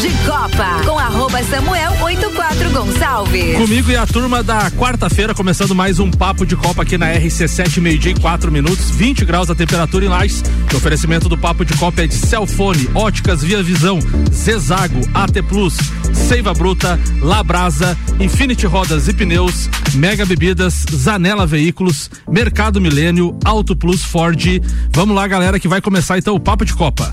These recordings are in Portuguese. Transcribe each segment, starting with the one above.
de Copa, com @Samuel84 Gonçalves. Comigo e a turma da quarta-feira, começando mais um Papo de Copa aqui na RC7, 12:04, 20 graus a temperatura em Lages. O oferecimento do Papo de Copa é de Celfone, Óticas Via Visão, Zezago, AT Plus, Seiva Bruta, Labrasa, Infinity Rodas e Pneus, Mega Bebidas, Zanela Veículos, Mercado Milênio, Auto Plus Ford. Vamos lá, galera, que vai começar então o Papo de Copa.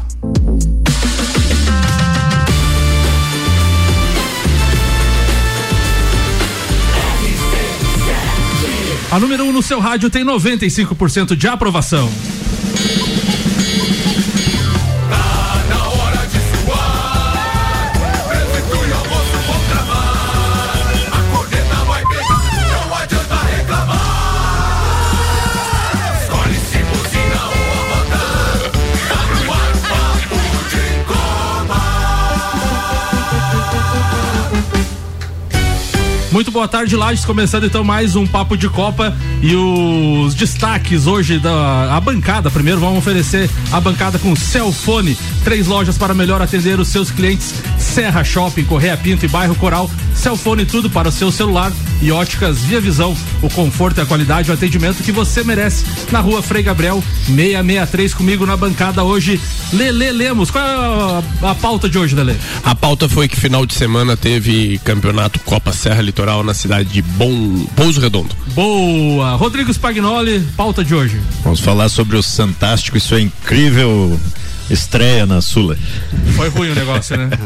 A número 1 no seu rádio tem 95% de aprovação. Muito boa tarde, Lages, começando então mais um Papo de Copa e os destaques hoje da bancada. Primeiro vamos oferecer a bancada com Celfone, 3 lojas para melhor atender os seus clientes: Serra Shopping, Correia Pinto e Bairro Coral. Celfone, tudo para o seu celular. E Óticas Via Visão, o conforto e a qualidade, o atendimento que você merece, na Rua Frei Gabriel 663. Comigo na bancada hoje, Lelê Lemos. Qual é a pauta de hoje, Lelê? A pauta foi que final de semana teve campeonato Copa Serra Litoral na cidade de Pouso Redondo. Boa! Rodrigo Spagnoli, pauta de hoje. Vamos falar sobre o Santástico e sua incrível estreia na Sula. Foi ruim o negócio, né?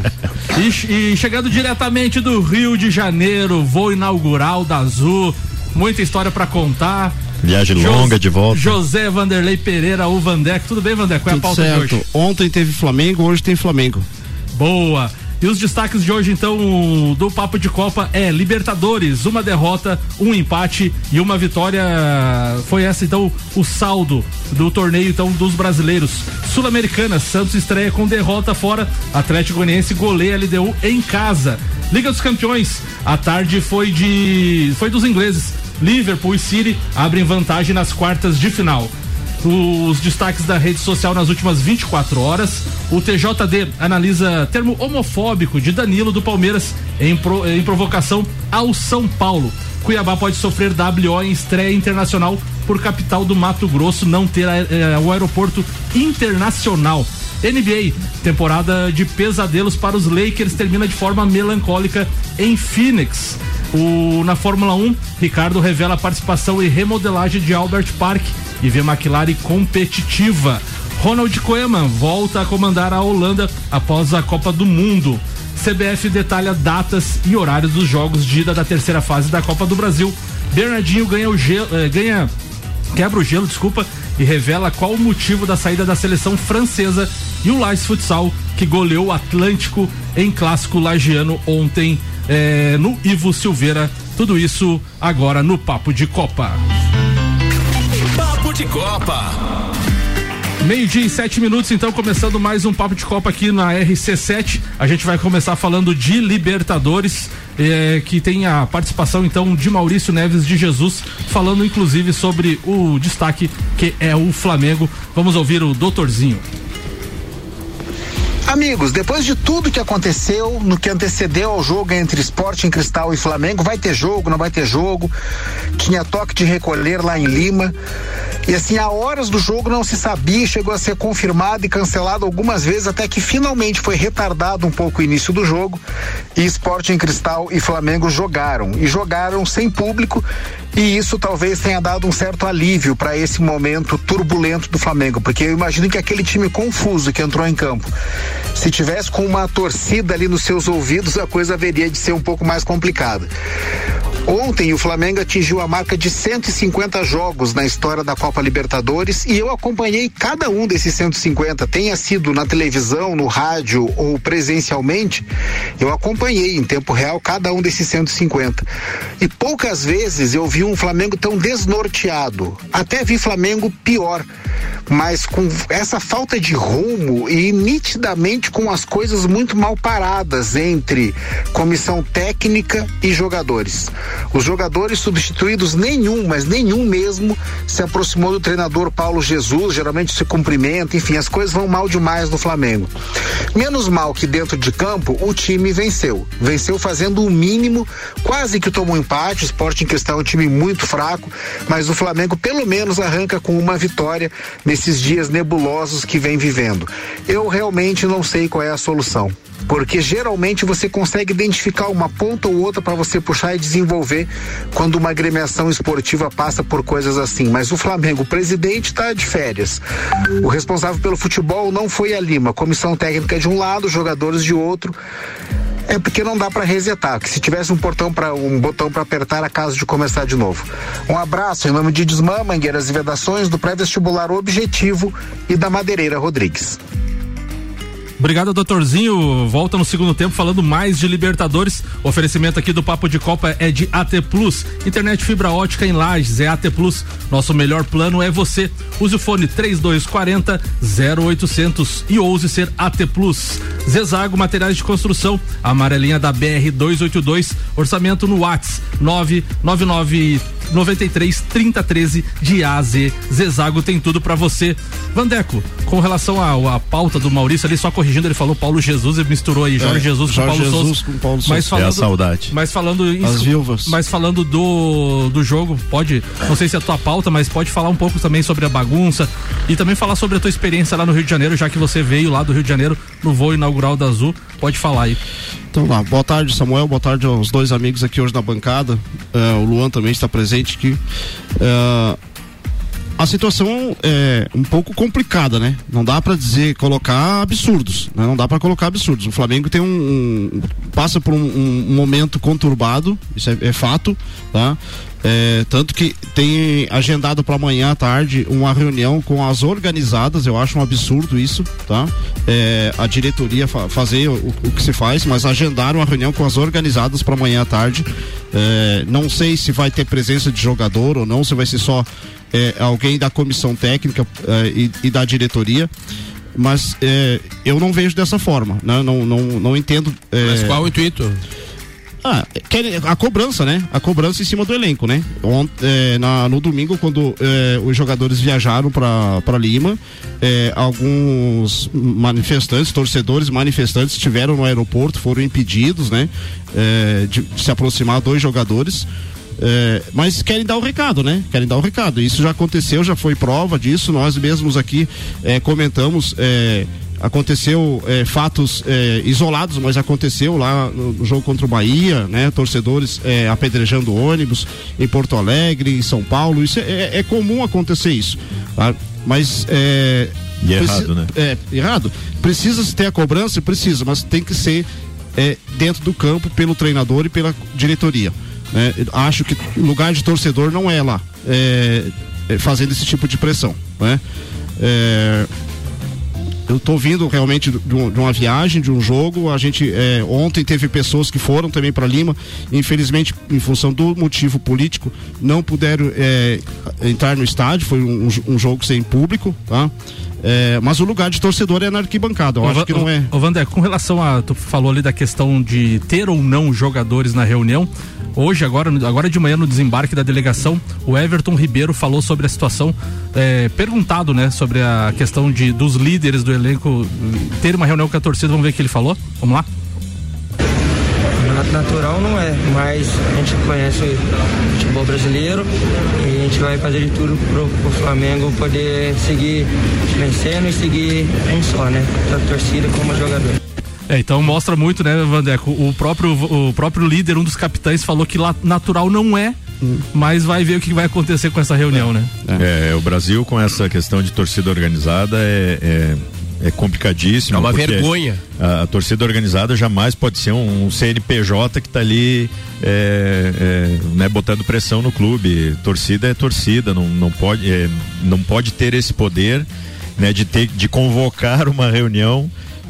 E chegando diretamente do Rio de Janeiro, voo inaugural da Azul, muita história pra contar. Viagem longa de volta. José Vanderlei Pereira, o Vandeco. Tudo bem, Vandeco? Qual é a pauta de hoje? Ontem teve Flamengo, hoje tem Flamengo. Boa! E os destaques de hoje, então, do Papo de Copa é Libertadores, uma derrota, um empate e uma vitória. Foi essa, então, o saldo do torneio, então, dos brasileiros. Sul-Americana, Santos estreia com derrota fora, Atlético Goianiense goleia LDU em casa. Liga dos Campeões, a tarde foi dos ingleses. Liverpool e City abrem vantagem nas quartas de final. Os destaques da rede social nas últimas 24 horas. O TJD analisa termo homofóbico de Danilo do Palmeiras em provocação ao São Paulo. Cuiabá pode sofrer WO em estreia internacional por capital do Mato Grosso não ter o aeroporto internacional. NBA, temporada de pesadelos para os Lakers termina de forma melancólica em Phoenix. Na Fórmula 1, Ricardo revela a participação e remodelagem de Albert Park e vê McLaren competitiva. Ronald Koeman volta a comandar a Holanda após a Copa do Mundo. CBF detalha datas e horários dos jogos de ida da terceira fase da Copa do Brasil. Bernardinho quebra o gelo, e revela qual o motivo da saída da seleção francesa. E o Lages Futsal, que goleou o Atlântico em clássico lagiano ontem no Ivo Silveira. Tudo isso agora no Papo de Copa. Papo de Copa. 12:07, então, começando mais um Papo de Copa aqui na RC7. A gente vai começar falando de Libertadores, que tem a participação então de Maurício Neves de Jesus, falando inclusive sobre o destaque que é o Flamengo. Vamos ouvir o doutorzinho. Amigos, depois de tudo que aconteceu no que antecedeu ao jogo entre Sporting Cristal e Flamengo, vai ter jogo, não vai ter jogo, tinha toque de recolher lá em Lima, e assim, há horas do jogo não se sabia, chegou a ser confirmado e cancelado algumas vezes, até que finalmente foi retardado um pouco o início do jogo, e Sporting Cristal e Flamengo jogaram sem público, e isso talvez tenha dado um certo alívio para esse momento turbulento do Flamengo, porque eu imagino que aquele time confuso que entrou em campo, se tivesse com uma torcida ali nos seus ouvidos, a coisa haveria de ser um pouco mais complicada. Ontem o Flamengo atingiu a marca de 150 jogos na história da Copa Libertadores e eu acompanhei cada um desses 150, tenha sido na televisão, no rádio ou presencialmente, eu acompanhei em tempo real cada um desses 150. E poucas vezes eu vi um Flamengo tão desnorteado, até vi Flamengo pior, mas com essa falta de rumo e nitidamente com as coisas muito mal paradas entre comissão técnica e jogadores. Os jogadores substituídos, nenhum, mas nenhum mesmo, se aproximou do treinador Paulo Jesus, geralmente se cumprimenta, enfim, as coisas vão mal demais no Flamengo. Menos mal que dentro de campo o time venceu fazendo o mínimo, quase que tomou um empate. O Sporting Cristal é um time muito fraco, mas o Flamengo pelo menos arranca com uma vitória nesses dias nebulosos que vem vivendo. Eu realmente não sei qual é a solução, porque geralmente você consegue identificar uma ponta ou outra para você puxar e desenvolver quando uma agremiação esportiva passa por coisas assim, mas o Flamengo, o presidente está de férias, o responsável pelo futebol não foi a Lima, comissão técnica de um lado, jogadores de outro. É porque não dá para resetar, que se tivesse um botão para apertar, a casa de começar de novo. Um abraço em nome de Desmã, Mangueiras e Vedações, do pré-vestibular Objetivo e da Madeireira Rodrigues. Obrigado, doutorzinho. Volta no segundo tempo falando mais de Libertadores. Oferecimento aqui do Papo de Copa é de AT Plus. Internet fibra ótica em Lages é AT Plus. Nosso melhor plano é você. Use o fone 3240-0800 e ouse ser AT Plus. Zezago Materiais de Construção, amarelinha da BR 282. Orçamento no WhatsApp 999933013 de AZ. Zezago tem tudo pra você. Vandeco, com relação à pauta do Maurício ali, só corrigindo, ele falou Paulo Jesus e misturou aí Jorge Jesus com Paulo Souza. Com Paulo Souza. Mas falando, a saudade. Mas falando isso, as viúvas. Mas falando do jogo, pode, não sei se é a tua pauta, mas pode falar um pouco também sobre a bagunça e também falar sobre a tua experiência lá no Rio de Janeiro, já que você veio lá do Rio de Janeiro no voo inaugural da Azul. Pode falar aí. Então lá, boa tarde, Samuel, boa tarde aos dois amigos aqui hoje na bancada. O Luan também está presente aqui. A situação é um pouco complicada, né? Não dá pra colocar absurdos, né? Não dá pra colocar absurdos. O Flamengo tem passa por um momento conturbado, isso é fato, tá? Tanto que tem agendado para amanhã à tarde uma reunião com as organizadas. Eu acho um absurdo isso, tá? A diretoria fazer o que se faz, mas agendaram uma reunião com as organizadas para amanhã à tarde. Não sei se vai ter presença de jogador ou não, se vai ser só alguém da comissão técnica e da diretoria, mas eu não vejo dessa forma, né? Não entendo. Mas qual o intuito? A cobrança, né? A cobrança em cima do elenco, né? No domingo, quando os jogadores viajaram para Lima, alguns torcedores manifestantes estiveram no aeroporto, foram impedidos, né? De se aproximar dois jogadores. Mas querem dar o recado, né? Querem dar o recado. Isso já aconteceu, já foi prova disso. Nós mesmos aqui comentamos. Aconteceu fatos isolados, mas aconteceu lá no jogo contra o Bahia, né? Torcedores apedrejando ônibus em Porto Alegre, em São Paulo. Isso é comum acontecer isso, tá? Mas errado, né? Errado. Precisa ter a cobrança? Precisa, mas tem que ser dentro do campo pelo treinador e pela diretoria. Acho que o lugar de torcedor não é lá fazendo esse tipo de pressão, né? Eu tô vindo realmente de uma viagem, de um jogo. A gente ontem teve pessoas que foram também para Lima, infelizmente em função do motivo político não puderam entrar no estádio. Foi um jogo sem público, tá? Mas o lugar de torcedor é na arquibancada. Eu acho que não é. Ô Vander, com relação tu falou ali da questão de ter ou não jogadores na reunião. Hoje, agora de manhã, no desembarque da delegação, o Everton Ribeiro falou sobre a situação, perguntado, né, sobre a questão dos líderes do elenco ter uma reunião com a torcida. Vamos ver o que ele falou? Vamos lá? Natural não é, mas a gente conhece o futebol brasileiro e a gente vai fazer de tudo pro Flamengo poder seguir vencendo e seguir em só, né? Tanto a torcida como o jogador. Então mostra muito, né, Vandeco? O próprio líder, um dos capitães, falou que lá natural não é, mas vai ver o que vai acontecer com essa reunião, né? O Brasil com essa questão de torcida organizada é complicadíssimo. É uma vergonha. A torcida organizada jamais pode ser um CNPJ que está ali né, botando pressão no clube. Torcida é torcida, não pode ter esse poder, né, de convocar uma reunião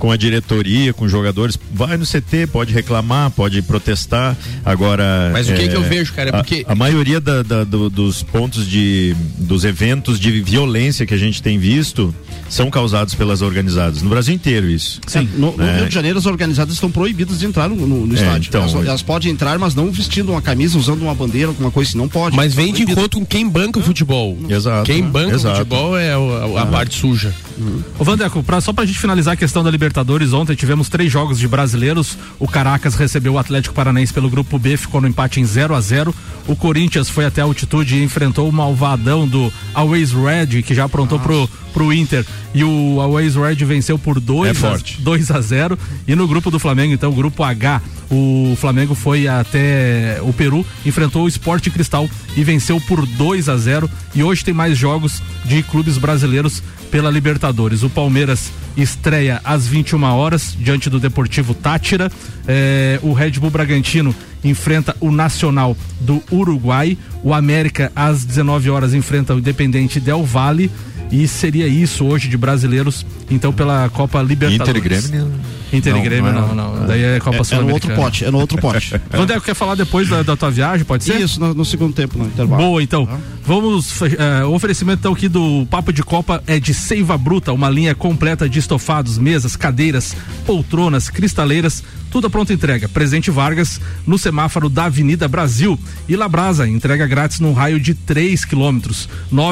com a diretoria, com os jogadores, vai no CT, pode reclamar, pode protestar. Agora. Mas o que eu vejo, cara, é porque. A maioria dos pontos dos eventos de violência que a gente tem visto são causados pelas organizadas. No Brasil inteiro, isso. Sim, no Rio de Janeiro as organizadas estão proibidas de entrar no estádio. Então, elas podem entrar, mas não vestindo uma camisa, usando uma bandeira, alguma coisa assim, não pode. Mas vem de encontro com quem banca o futebol. Exato. Quem banca o futebol é a parte suja. Ô Vandeco, só pra gente finalizar a questão da Libertadores, ontem tivemos 3 jogos de brasileiros. O Caracas recebeu o Atlético Paranaense pelo grupo B, ficou no empate em 0-0. O Corinthians foi até a altitude e enfrentou o malvadão do Always Red, que já aprontou pro Inter, e o Always Red venceu por 2-0. E no grupo do Flamengo, então, grupo H, o Flamengo foi até o Peru, enfrentou o Sport Cristal e venceu por 2-0. E hoje tem mais jogos de clubes brasileiros pela Libertadores. O Palmeiras estreia às 21 horas diante do Deportivo Táchira. O Red Bull Bragantino enfrenta o Nacional do Uruguai. O América às 19 horas enfrenta o Independente Del Valle. E seria isso hoje de brasileiros, então, pela Copa Libertadores. Inter e Grêmio não. Daí é Copa Sul-Americana. É no outro pote. Vandeco, quer falar depois da tua viagem, pode ser? Isso, no segundo tempo, no intervalo. Boa, então. Vamos, o oferecimento então aqui do Papo de Copa é de Seiva Bruta, uma linha completa de estofados, mesas, cadeiras, poltronas, cristaleiras, tudo a pronta entrega. Presidente Vargas, no semáforo da Avenida Brasil. E Labrasa, entrega grátis num raio de 3 quilômetros.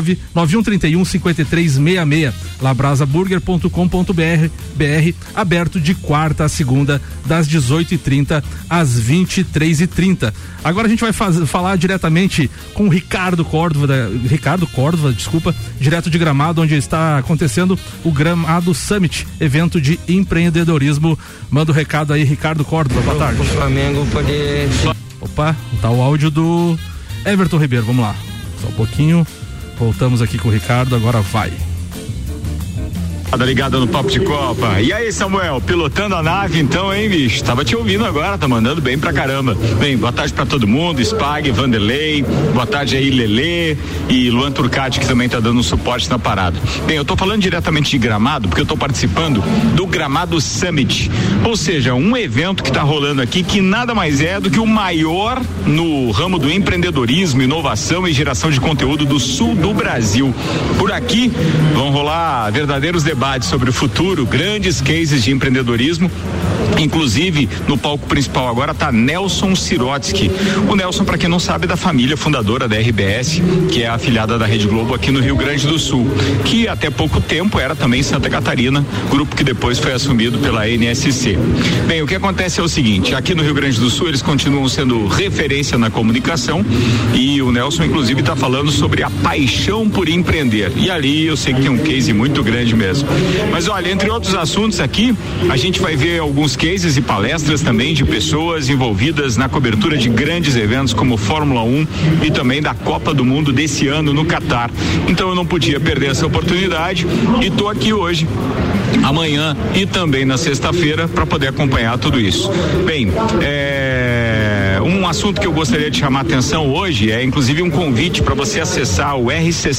991315366. labrasaburger.com.br, aberto de quarta a segunda, das 18h30 às 23h30. Agora a gente vai falar diretamente com o Ricardo Córdova, direto de Gramado, onde está acontecendo o Gramado Summit, evento de empreendedorismo. Manda o recado aí, Ricardo Córdova, boa tarde. O Flamengo poder... Opa, tá o áudio do Everton Ribeiro, vamos lá, só um pouquinho, voltamos aqui com o Ricardo, agora vai. Ligada no Papo de Copa. E aí, Samuel, pilotando a nave então, hein, bicho? Tava te ouvindo agora, tá mandando bem pra caramba. Bem, boa tarde pra todo mundo, Spag, Vanderlei, boa tarde aí, Lelê e Luan Turcati, que também tá dando um suporte na parada. Bem, eu tô falando diretamente de Gramado, porque eu tô participando do Gramado Summit, ou seja, um evento que tá rolando aqui, que nada mais é do que o maior no ramo do empreendedorismo, inovação e geração de conteúdo do sul do Brasil. Por aqui vão rolar verdadeiros debates sobre o futuro, grandes cases de empreendedorismo. Inclusive, no palco principal agora está Nelson Sirotsky. O Nelson, para quem não sabe, é da família fundadora da RBS, que é a afiliada da Rede Globo aqui no Rio Grande do Sul, que até pouco tempo era também Santa Catarina, grupo que depois foi assumido pela NSC. Bem, o que acontece é o seguinte, aqui no Rio Grande do Sul eles continuam sendo referência na comunicação e o Nelson, inclusive, está falando sobre a paixão por empreender. E ali eu sei que tem um case muito grande mesmo. Mas olha, entre outros assuntos aqui, a gente vai ver alguns cases e palestras também de pessoas envolvidas na cobertura de grandes eventos como Fórmula 1 e também da Copa do Mundo desse ano no Catar. Então eu não podia perder essa oportunidade e tô aqui hoje, amanhã e também na sexta-feira para poder acompanhar tudo isso. Bem, um assunto que eu gostaria de chamar a atenção hoje é inclusive um convite para você acessar o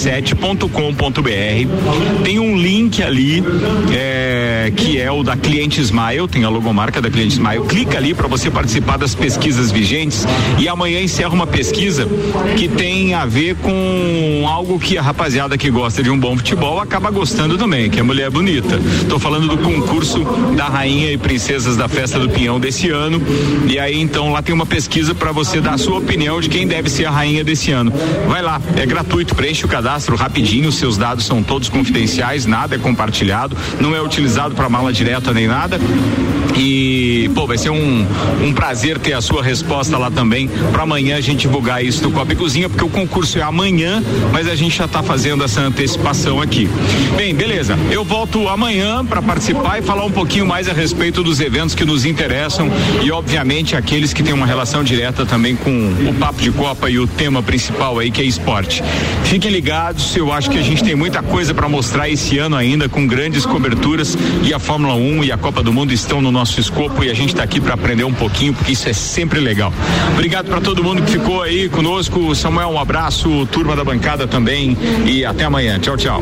rc7.com.br. Tem um link ali que é o da Cliente Smile, tem a logomarca da Cliente Smile. Clica ali para você participar das pesquisas vigentes e amanhã encerra uma pesquisa que tem a ver com algo que a rapaziada que gosta de um bom futebol acaba gostando também, que é mulher bonita. Tô falando do concurso da Rainha e Princesas da Festa do Pinhão desse ano. E aí então lá tem uma pesquisa para você dar a sua opinião de quem deve ser a rainha desse ano. Vai lá, é gratuito, preenche o cadastro rapidinho, seus dados são todos confidenciais, nada é compartilhado, não é utilizado para mala direta nem nada. E, vai ser um prazer ter a sua resposta lá também, para amanhã a gente divulgar isso no Copa e Cozinha, porque o concurso é amanhã, mas a gente já tá fazendo essa antecipação aqui. Bem, beleza, eu volto amanhã para participar e falar um pouquinho mais a respeito dos eventos que nos interessam e, obviamente, aqueles que têm uma relação direta também com o Papo de Copa e o tema principal aí, que é esporte. Fiquem ligados, eu acho que a gente tem muita coisa para mostrar esse ano ainda, com grandes coberturas, e a Fórmula 1 e a Copa do Mundo estão no nosso escopo e a gente está aqui para aprender um pouquinho, porque isso é sempre legal. Obrigado para todo mundo que ficou aí conosco. Samuel, um abraço, turma da bancada também, e até amanhã. Tchau, tchau.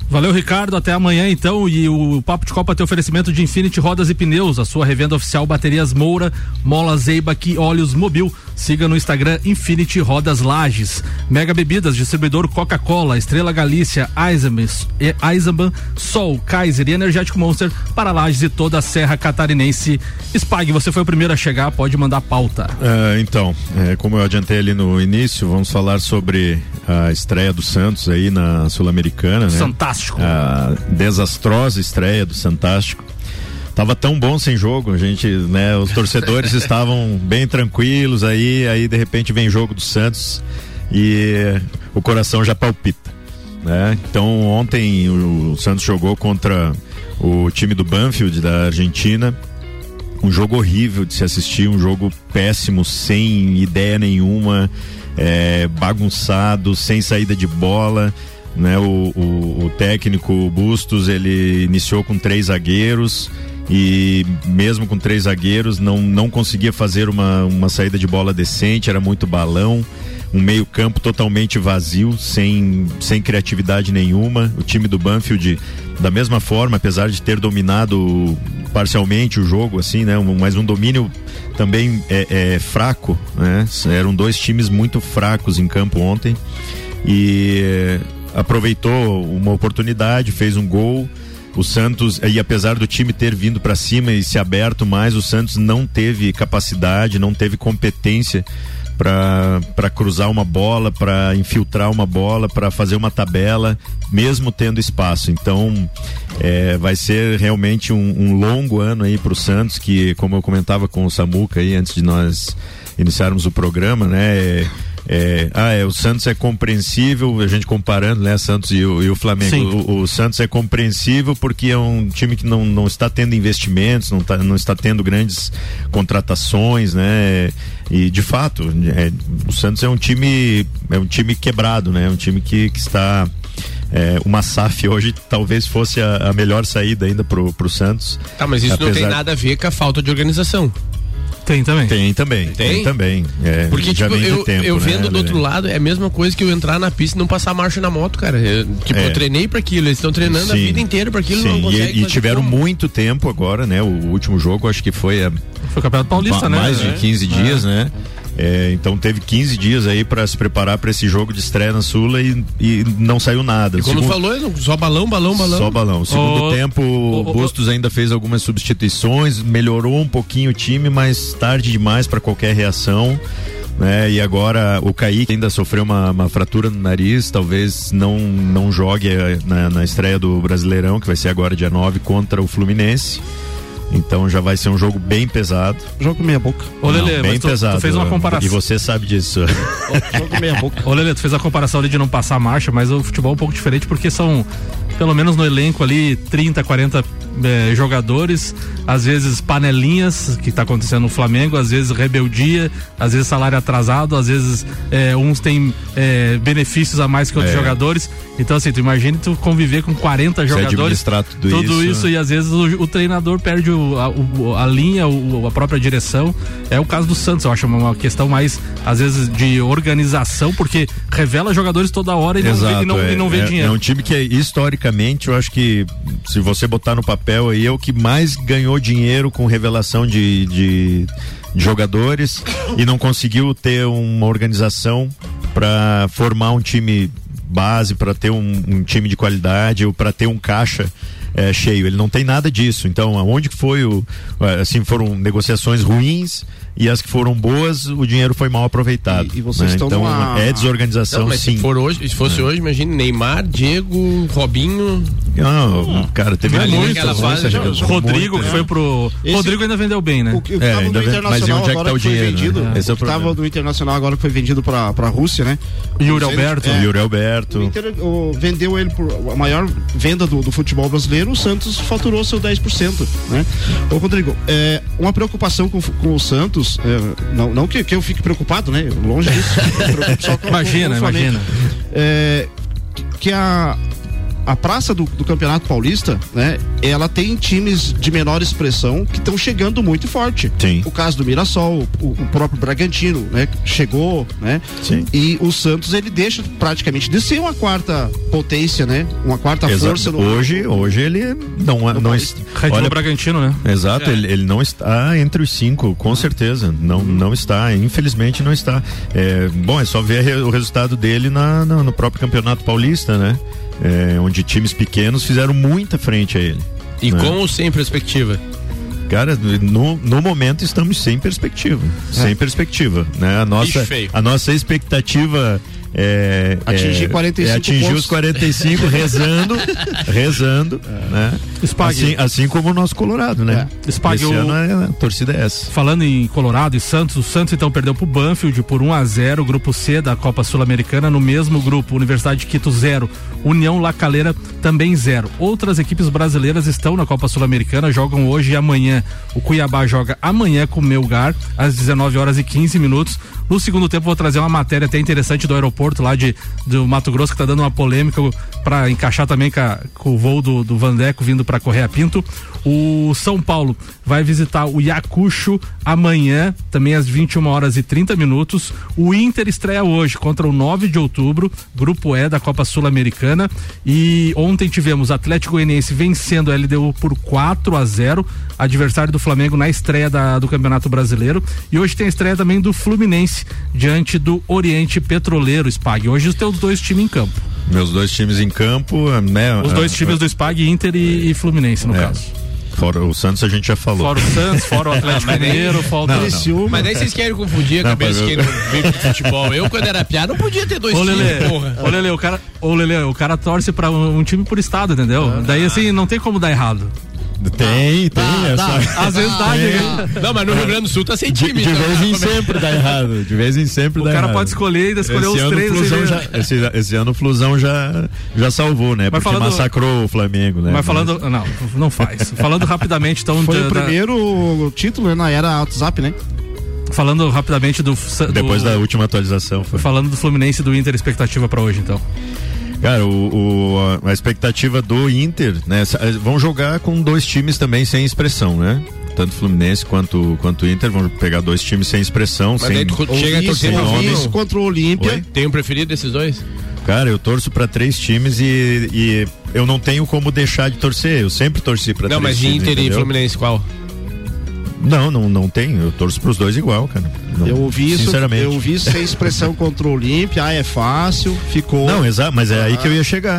Valeu, Ricardo, até amanhã então. E o Papo de Copa tem oferecimento de Infinity Rodas e Pneus, a sua revenda oficial Baterias Moura, Mola Zeibach e Óleos Mobil. Siga no Instagram Infinity Rodas Lages. Mega Bebidas, distribuidor Coca-Cola, Estrela Galícia, Eisenbahn, Sol, Kaiser e Energético Monster para Lages e toda a Serra Catarinense. Spag, você foi o primeiro a chegar, pode mandar pauta. Como eu adiantei ali no início, vamos falar sobre a estreia do Santos aí na Sul-Americana, né? Fantástico. A desastrosa estreia do Fantástico. Tava tão bom sem jogo, a gente, né, os torcedores estavam bem tranquilos aí de repente vem jogo do Santos e o coração já palpita, né? Então ontem o Santos jogou contra o time do Banfield da Argentina, um jogo horrível de se assistir, um jogo péssimo, sem ideia nenhuma, bagunçado, sem saída de bola, né? O técnico Bustos, ele iniciou com 3 zagueiros e mesmo com 3 zagueiros não conseguia fazer uma saída de bola decente, era muito balão, um meio campo totalmente vazio, sem criatividade nenhuma. O time do Banfield, da mesma forma, apesar de ter dominado parcialmente o jogo, assim, né? Mas um domínio também fraco, né? Eram 2 times muito fracos em campo ontem e aproveitou uma oportunidade, fez um gol. O Santos, e apesar do time ter vindo para cima e se aberto mais, o Santos não teve capacidade, não teve competência para cruzar uma bola, para infiltrar uma bola, para fazer uma tabela, mesmo tendo espaço. Então vai ser realmente um longo ano aí para o Santos, que, como eu comentava com o Samuca aí antes de nós iniciarmos o programa, né? O Santos é compreensível, a gente comparando, né, Santos e o Flamengo. O Santos é compreensível porque é um time que não está tendo investimentos, não está tendo grandes contratações, né? E de fato, o Santos é um time quebrado, né? Um time que está uma SAF hoje talvez fosse a melhor saída ainda pro Santos. Tá, mas isso não tem nada a ver com a falta de organização. Tem também. Tem também. Porque, tipo, eu vendo, né, do outro lado, é a mesma coisa que eu entrar na pista e não passar marcha na moto, cara. Eu treinei pra aquilo, eles estão treinando a vida inteira pra aquilo, não conseguem. E tiveram muito tempo agora, né? O último jogo, acho que foi o Campeonato Paulista, né? Mais de 15 dias, né? Então teve 15 dias aí pra se preparar pra esse jogo de estreia na Sula e não saiu nada. E quando falou, só balão. Só balão. Segundo tempo, o Bustos ainda fez algumas substituições, melhorou um pouquinho o time, mas tarde demais pra qualquer reação, né? E agora o Kaique ainda sofreu uma fratura no nariz, talvez não jogue na estreia do Brasileirão, que vai ser agora dia 9 contra o Fluminense. Então já vai ser um jogo bem pesado. Jogo meia boca. Ô Lelê, bem pesado. Tu fez uma comparação. E você sabe disso. Jogo meia boca. Ô Lelê, tu fez a comparação ali de não passar marcha, mas o futebol é um pouco diferente porque são, pelo menos no elenco ali, 30, 40 jogadores, às vezes panelinhas, que tá acontecendo no Flamengo, às vezes rebeldia, às vezes salário atrasado, às vezes uns têm benefícios a mais que outros jogadores. Então assim, tu imagina tu conviver com 40 jogadores, tudo isso e às vezes o treinador perde a linha, a própria direção. É o caso do Santos, eu acho uma questão mais, às vezes, de organização, porque revela jogadores toda hora e não vê dinheiro. É um time que, historicamente, eu acho que, se você botar no papel aí, é o que mais ganhou dinheiro com revelação de jogadores e não conseguiu ter uma organização para formar um time base, para ter um time de qualidade ou para ter um caixa cheio. Ele não tem nada disso. Então, aonde que foi foram negociações ruins e as que foram boas, o dinheiro foi mal aproveitado. E vocês estão então, é desorganização, não, mas sim. Se fosse hoje, imagine Neymar, Diego, Robinho. Não, cara, teve Rodrigo, que foi pro. Rodrigo ainda vendeu bem, né? Mas e onde é que tá o dinheiro? Esse é o problema. Tava do Internacional agora que foi vendido pra Rússia, né? Yuri Alberto. O Inter vendeu ele por a maior venda do futebol brasileiro. O Santos faturou seu 10%, né? Ô Rodrigo, uma preocupação com o Santos, não que eu fique preocupado, né? Longe disso. Imagina. Que a praça do Campeonato Paulista, né? Ela tem times de menor expressão que estão chegando muito forte. Sim. O caso do Mirassol, o próprio Bragantino, né? Chegou, né? Sim. E o Santos, ele deixa praticamente de ser uma quarta potência, né? Uma quarta força. Hoje ele não está. Olha o Bragantino, né? Exato, ele não está entre os 5, com certeza. Não está, infelizmente não está. Bom, é só ver o resultado dele no próprio Campeonato Paulista, né? Onde times pequenos fizeram muita frente a ele. E né? com ou sem perspectiva? Cara, no momento estamos sem perspectiva. Sem perspectiva, né? A nossa expectativa atingir 45 atingir pontos. os 45 rezando, né? Assim como o nosso Colorado, né? Spag, esse ano a torcida é essa. Falando em Colorado e Santos, o Santos então perdeu pro Banfield por 1-0, grupo C da Copa Sul-Americana. No mesmo grupo, Universidade de Quito 0, União La Calera também 0. Outras equipes brasileiras estão na Copa Sul-Americana, jogam hoje e amanhã. O Cuiabá joga amanhã com o Melgar às 19h15. No segundo tempo vou trazer uma matéria até interessante do aeroporto lá do Mato Grosso, que tá dando uma polêmica para encaixar também com o voo do Vandeco vindo para Correia Pinto. O São Paulo vai visitar o Iacucho amanhã, também às 21h30. O Inter estreia hoje contra o 9 de outubro, grupo E da Copa Sul-Americana. E ontem tivemos Atlético Goianiense vencendo a LDU por 4-0, adversário do Flamengo na estreia do Campeonato Brasileiro. E hoje tem a estreia também do Fluminense diante do Oriente Petroleiro, Spag. Hoje os teus dois times em campo. Meus dois times em campo, né? Os dois times do Spag, Inter e Fluminense, no caso. Fora o Santos a gente já falou. Fora o Santos, fora o Atlético Mineiro, falta não. Mas daí vocês querem confundir a cabeça de quem não vive de futebol. Eu, quando era piada, não podia ter dois times, porra. Ô Lelê, o cara torce pra um time por estado, entendeu? Daí assim, não tem como dar errado. Tem. Às vezes dá, Não, mas no Rio Grande do Sul tá sem time. De vez em sempre dá errado. De vez em sempre dá errado. O cara pode escolher e ainda escolher os três. Esse ano o Flusão já salvou, né? Porque massacrou o Flamengo, né? Mas falando. Não faz. Falando rapidamente, então. Foi o primeiro título na era WhatsApp, né? Falando rapidamente depois da última atualização. Falando do Fluminense e do Inter, expectativa pra hoje, então. Cara, a expectativa do Inter, né? Vão jogar com dois times também sem expressão, né? Tanto Fluminense quanto Inter vão pegar dois times sem expressão. Mas daí chega a torcer nomes contra o Olímpia. Oi? Tem um preferido desses dois? Cara, eu torço pra 3 times e eu não tenho como deixar de torcer. Eu sempre torci pra 3 times. Não, mas Inter e Fluminense qual? Não tenho. Eu torço pros dois igual, cara. Não, eu ouvi isso, sinceramente. Eu vi sem expressão contra o Olímpia, é fácil, ficou. Não, exato, mas é aí que eu ia chegar.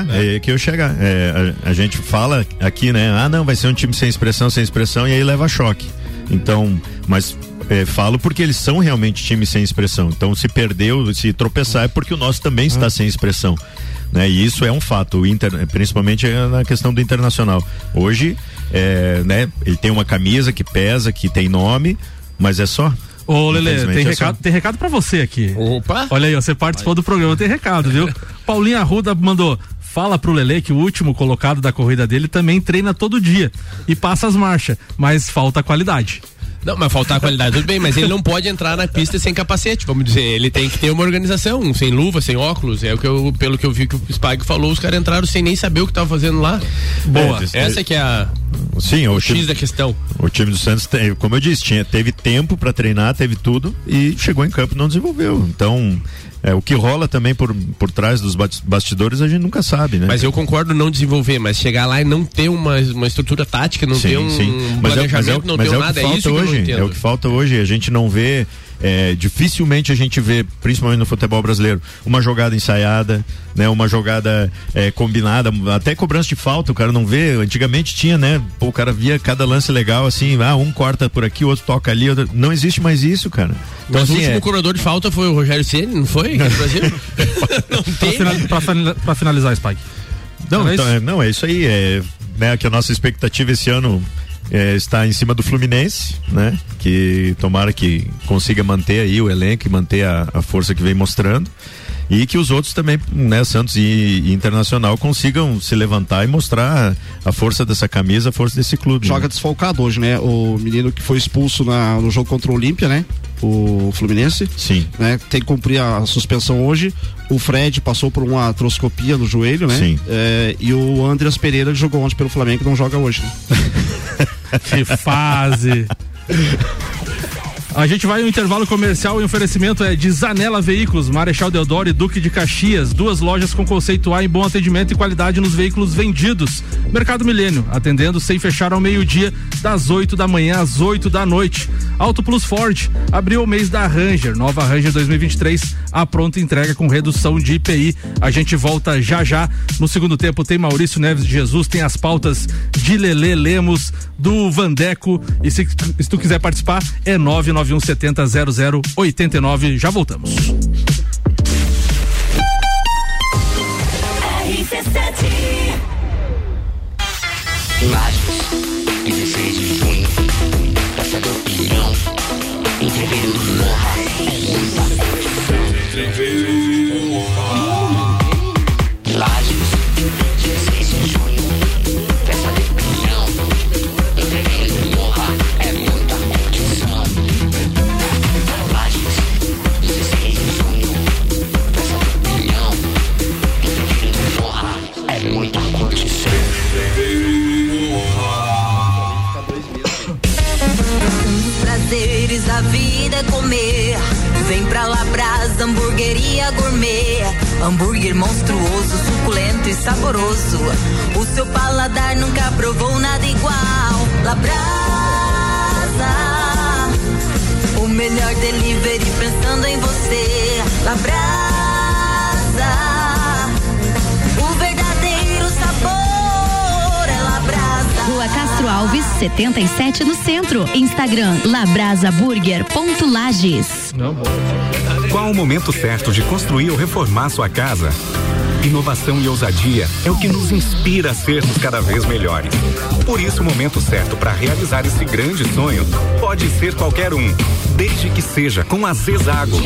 A gente fala aqui, né? Não, vai ser um time sem expressão, e aí leva choque. Então, mas falo porque eles são realmente times sem expressão. Então, se perdeu, se tropeçar, é porque o nosso também está sem expressão. Né? E isso é um fato, o Inter, principalmente na questão do Internacional. Hoje, né? Ele tem uma camisa que pesa, que tem nome, mas é só. Ô, Lelê, tem recado pra você aqui. Opa! Olha aí, você participou do programa, tem recado, viu? Paulinho Arruda mandou: fala pro Lelê que o último colocado da corrida dele também treina todo dia e passa as marchas, mas falta qualidade. Não, mas faltar qualidade, tudo bem, mas ele não pode entrar na pista sem capacete, vamos dizer, ele tem que ter uma organização, sem luva, sem óculos, pelo que eu vi que o Spag falou, os caras entraram sem nem saber o que estavam fazendo lá. Boa, essa que é o X da questão. O time do Santos, como eu disse, teve tempo pra treinar, teve tudo e chegou em campo e não desenvolveu, então... o que rola também por trás dos bastidores a gente nunca sabe, né? Mas eu concordo não desenvolver, mas chegar lá e não ter uma estrutura tática, não ter um planejamento, não ter nada, é isso que eu não entendo. É o que falta hoje, a gente não vê, dificilmente a gente vê, principalmente no futebol brasileiro, uma jogada ensaiada, né? Uma jogada combinada, até cobrança de falta, o cara não vê, antigamente tinha, né? O cara via cada lance legal, assim, um corta por aqui, o outro toca ali, não existe mais isso, cara. Então, mas assim, o último cobrador de falta foi o Rogério Ceni, não foi? Não tem. Pra finalizar, Spike. Não, é isso aí, né? Que a nossa expectativa esse ano está em cima do Fluminense, né? Que tomara que consiga manter aí o elenco e manter a força que vem mostrando. E que os outros também, né, Santos e Internacional, consigam se levantar e mostrar a força dessa camisa, a força desse clube. Joga desfalcado hoje, né? O menino que foi expulso no jogo contra o Olímpia, né? o Fluminense. Sim. Né? Tem que cumprir a suspensão hoje. O Fred passou por uma artroscopia no joelho, né? Sim. E o Andreas Pereira, que jogou ontem pelo Flamengo, não joga hoje. Né? Que fase. A gente vai no intervalo comercial e o oferecimento é de Zanela Veículos, Marechal Deodoro e Duque de Caxias, 2 lojas com conceito A em bom atendimento e qualidade nos veículos vendidos. Mercado Milênio, atendendo sem fechar ao meio-dia, das 8 da manhã às 8 da noite. Auto Plus Ford, abriu o mês da Ranger, nova Ranger 2023, a pronta entrega com redução de IPI. A gente volta já já. No segundo tempo tem Maurício Neves de Jesus, tem as pautas de Lelê Lemos, do Vandeco, e se tu quiser participar é 991700089. Já voltamos. Lages, 16 de junho, Praça do Pinhão, entreveiro do Morra, Lages, 16 de junho, Praça do Pinhão, entreveiro do Morra, é muita curtição. Lages, 16 de junho, Praça do Pinhão, entreveiro do Morra, é muita curtição. Prazeres da vida é comer. Vem pra Labrasa, hamburgueria gourmet. Hambúrguer monstruoso, suculento e saboroso. O seu paladar nunca provou nada igual. Labrasa, o melhor delivery pensando em você. Labrasa, o verdadeiro sabor é Labrasa. Rua Castro Alves, 77 no centro. Instagram labrasaburger.lages. Qual o momento certo de construir ou reformar sua casa? Inovação e ousadia é o que nos inspira a sermos cada vez melhores. Por isso, o momento certo para realizar esse grande sonho pode ser qualquer um, desde que seja com a Zezago.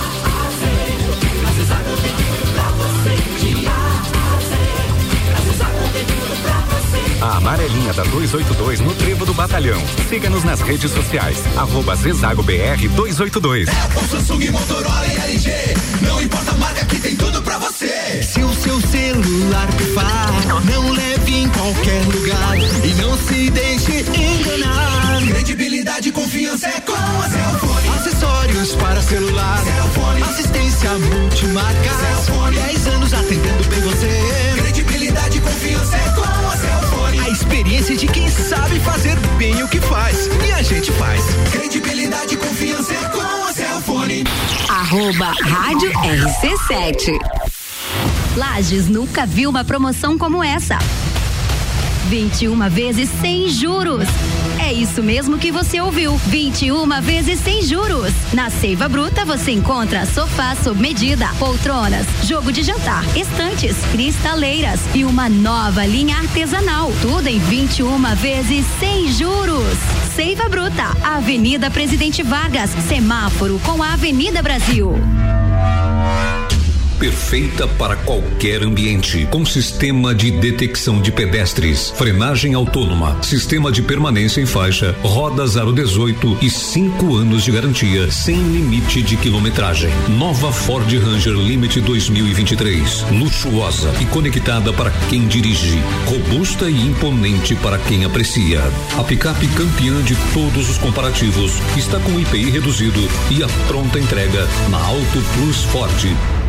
A amarelinha da 282 no Trevo do Batalhão. Siga-nos nas redes sociais. @ZezagoBR282. Apple, Samsung, Motorola e LG. Não importa a marca, que tem tudo pra você. Se o seu celular pifar, não leve em qualquer lugar e não se deixe enganar. Credibilidade e confiança é com a Cellfone. Acessórios para celular, Cellfone. Assistência multimarca, Cellfone. 10 anos atendendo bem você. Credibilidade e confiança é com a Cellfone. A experiência de quem sabe fazer bem o que faz. E a gente faz. Credibilidade e confiança é com a Cellfone. @Rádio RC7. Lages nunca viu uma promoção como essa. 21 vezes sem juros. É isso mesmo que você ouviu. 21 vezes sem juros. Na Seiva Bruta você encontra sofá sob medida, poltronas, jogo de jantar, estantes, cristaleiras e uma nova linha artesanal. Tudo em 21 vezes sem juros. Seiva Bruta, Avenida Presidente Vargas, semáforo com a Avenida Brasil. Perfeita para qualquer ambiente, com sistema de detecção de pedestres, frenagem autônoma, sistema de permanência em faixa, rodas aro 18 e 5 anos de garantia, sem limite de quilometragem. Nova Ford Ranger Limite 2023, luxuosa e conectada para quem dirige, robusta e imponente para quem aprecia. A picape campeã de todos os comparativos, está com IPI reduzido e a pronta entrega na Auto Plus Ford.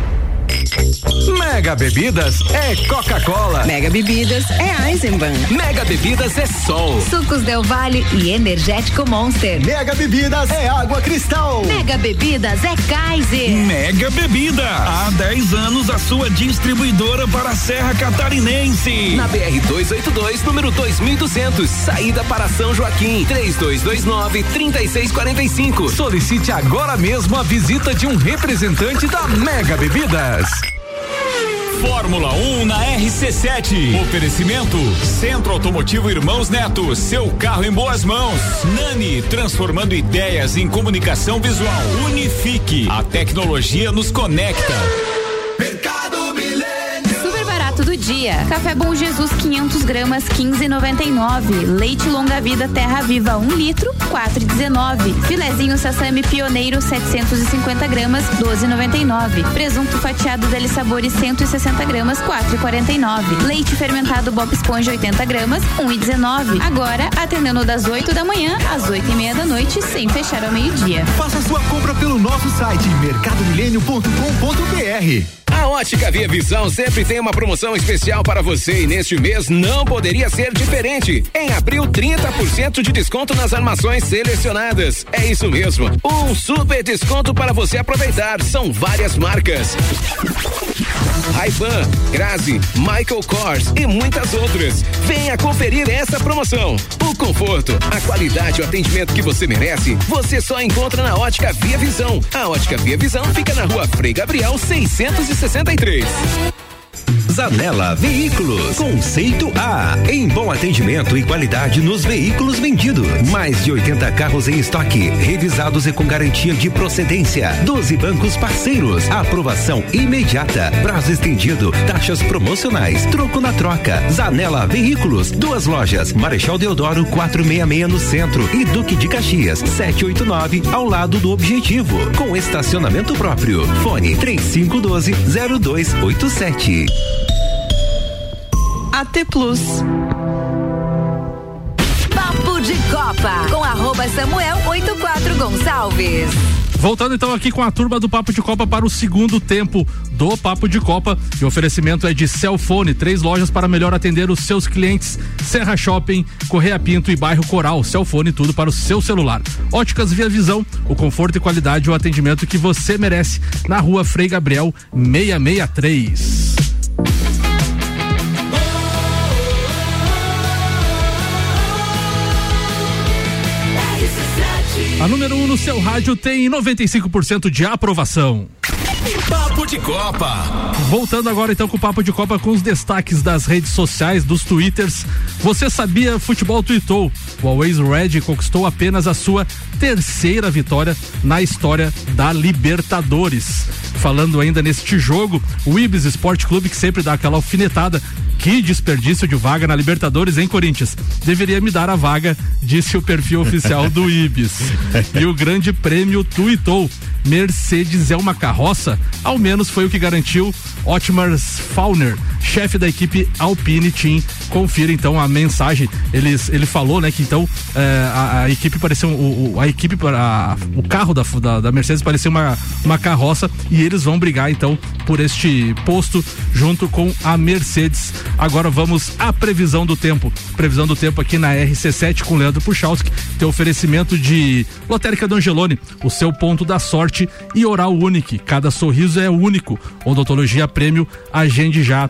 Mega Bebidas é Coca-Cola. Mega Bebidas é Eisenbahn. Mega Bebidas é Sol. Sucos Del Valle e Energético Monster. Mega Bebidas é Água Cristal. Mega Bebidas é Kaiser. Mega Bebida, há 10 anos a sua distribuidora para a Serra Catarinense. Na BR-282, número 2200, saída para São Joaquim, 3229-3645. Solicite agora mesmo a visita de um representante da Mega Bebidas. Fórmula 1 na RC7. Oferecimento Centro Automotivo Irmãos Neto, seu carro em boas mãos. Nani, transformando ideias em comunicação visual. Unifique, a tecnologia nos conecta. Super barato do meio-dia. Café Bom Jesus 500 gramas 15,99. Leite Longa Vida Terra Viva 1 litro 4,19. Filezinho Sassami Pioneiro 750 gramas 12,99. Presunto fatiado Deli Sabores 160 gramas 4,49. Leite fermentado Bob Esponja 80 gramas 1,19. Agora atendendo das 8 da manhã às 8:30 da noite sem fechar ao meio-dia. Faça sua compra pelo nosso site mercadomilênio.com.br. A Ótica Via Visão sempre tem uma promoção especial para você e neste mês não poderia ser diferente. Em abril, 30% de desconto nas armações selecionadas. É isso mesmo, um super desconto para você aproveitar. São várias marcas: Ray-Ban, Grazi, Michael Kors e muitas outras. Venha conferir essa promoção. O conforto, a qualidade e o atendimento que você merece, você só encontra na Ótica Via Visão. A Ótica Via Visão fica na Rua Frei Gabriel 663. Zanela Veículos, conceito A, em bom atendimento e qualidade nos veículos vendidos. Mais de 80 carros em estoque, revisados e com garantia de procedência. 12 bancos parceiros, aprovação imediata, prazo estendido, taxas promocionais, troco na troca. Zanela Veículos, 2 lojas, Marechal Deodoro 466 no centro e Duque de Caxias 789 ao lado do Objetivo, com estacionamento próprio. Fone 3512-0287. AT Plus. Papo de Copa com @Samuel84 Gonçalves. Voltando então aqui com a turma do Papo de Copa para o segundo tempo do Papo de Copa. E o oferecimento é de Celfone, 3 lojas para melhor atender os seus clientes: Serra Shopping, Correia Pinto e Bairro Coral. Celfone, tudo para o seu celular. Óticas Via Visão, o conforto e qualidade e o atendimento que você merece, na Rua Frei Gabriel 663. A número 1 no seu rádio tem 95% de aprovação. Papo de Copa. Voltando agora então com o Papo de Copa, com os destaques das redes sociais, dos twitters. Você sabia? Futebol tweetou: o Always Red conquistou apenas a sua 3ª vitória na história da Libertadores. Falando ainda neste jogo, o Ibis Esporte Clube, que sempre dá aquela alfinetada: que desperdício de vaga na Libertadores, hein, Corinthians? Deveria me dar a vaga, disse o perfil oficial do Ibis. E o Grande Prêmio tuitou: Mercedes é uma carroça? Ao menos foi o que garantiu Otmar Fauner, chefe da equipe Alpine Team. Confira então a mensagem. Ele falou, né, que então a equipe parecia o carro da Mercedes parecia uma carroça, e eles vão brigar então por este posto junto com a Mercedes. Agora vamos à previsão do tempo. Previsão do tempo aqui na RC7 com Leandro Puchalski. Tem oferecimento de Lotérica do Angelone, o seu ponto da sorte, e Oral Unique. Cada sorriso é único. Odontologia Prêmio, agende já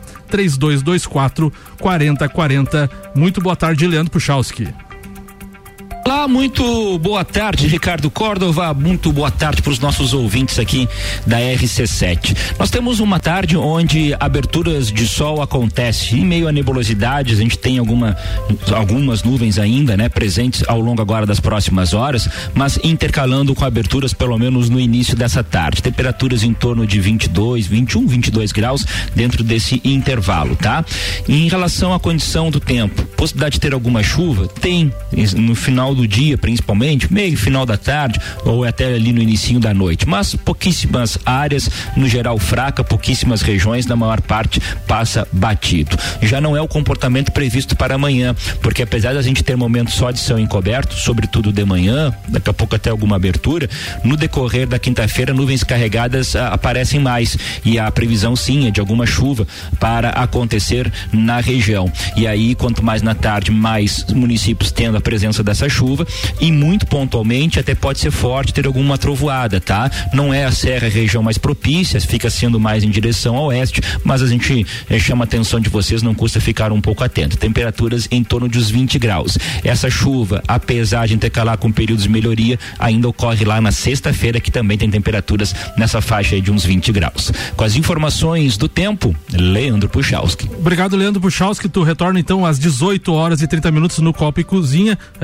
3224-4040. Muito boa tarde, Leandro Puchalski. Olá, muito boa tarde, Ricardo Córdova, muito boa tarde para os nossos ouvintes aqui da RC7. Nós temos uma tarde onde aberturas de sol acontecem em meio a nebulosidades. A gente tem algumas nuvens ainda, né, presentes ao longo agora das próximas horas, mas intercalando com aberturas pelo menos no início dessa tarde. Temperaturas em torno de 21, 22 graus dentro desse intervalo, tá? Em relação à condição do tempo, possibilidade de ter alguma chuva? Tem, no final do dia, principalmente, meio final da tarde ou até ali no inicinho da noite, mas pouquíssimas áreas, no geral fraca, pouquíssimas regiões, na maior parte passa batido. Já não é o comportamento previsto para amanhã, porque apesar da gente ter momentos só de céu encoberto, sobretudo de manhã, daqui a pouco até alguma abertura, no decorrer da quinta-feira nuvens carregadas aparecem mais, e a previsão sim é de alguma chuva para acontecer na região. E aí, quanto mais na tarde, mais municípios tendo a presença dessa chuva, e muito pontualmente até pode ser forte, ter alguma trovoada, tá? Não é a serra a região mais propícia, fica sendo mais em direção ao oeste, mas a gente chama a atenção de vocês, não custa ficar um pouco atento. Temperaturas em torno dos 20 graus. Essa chuva, apesar de intercalar com períodos de melhoria, ainda ocorre lá na sexta-feira, que também tem temperaturas nessa faixa aí de uns 20 graus. Com as informações do tempo, Leandro Puchalski. Obrigado, Leandro Puchalski. Tu retorna então às 18h30 no Copa e Cozinha, falando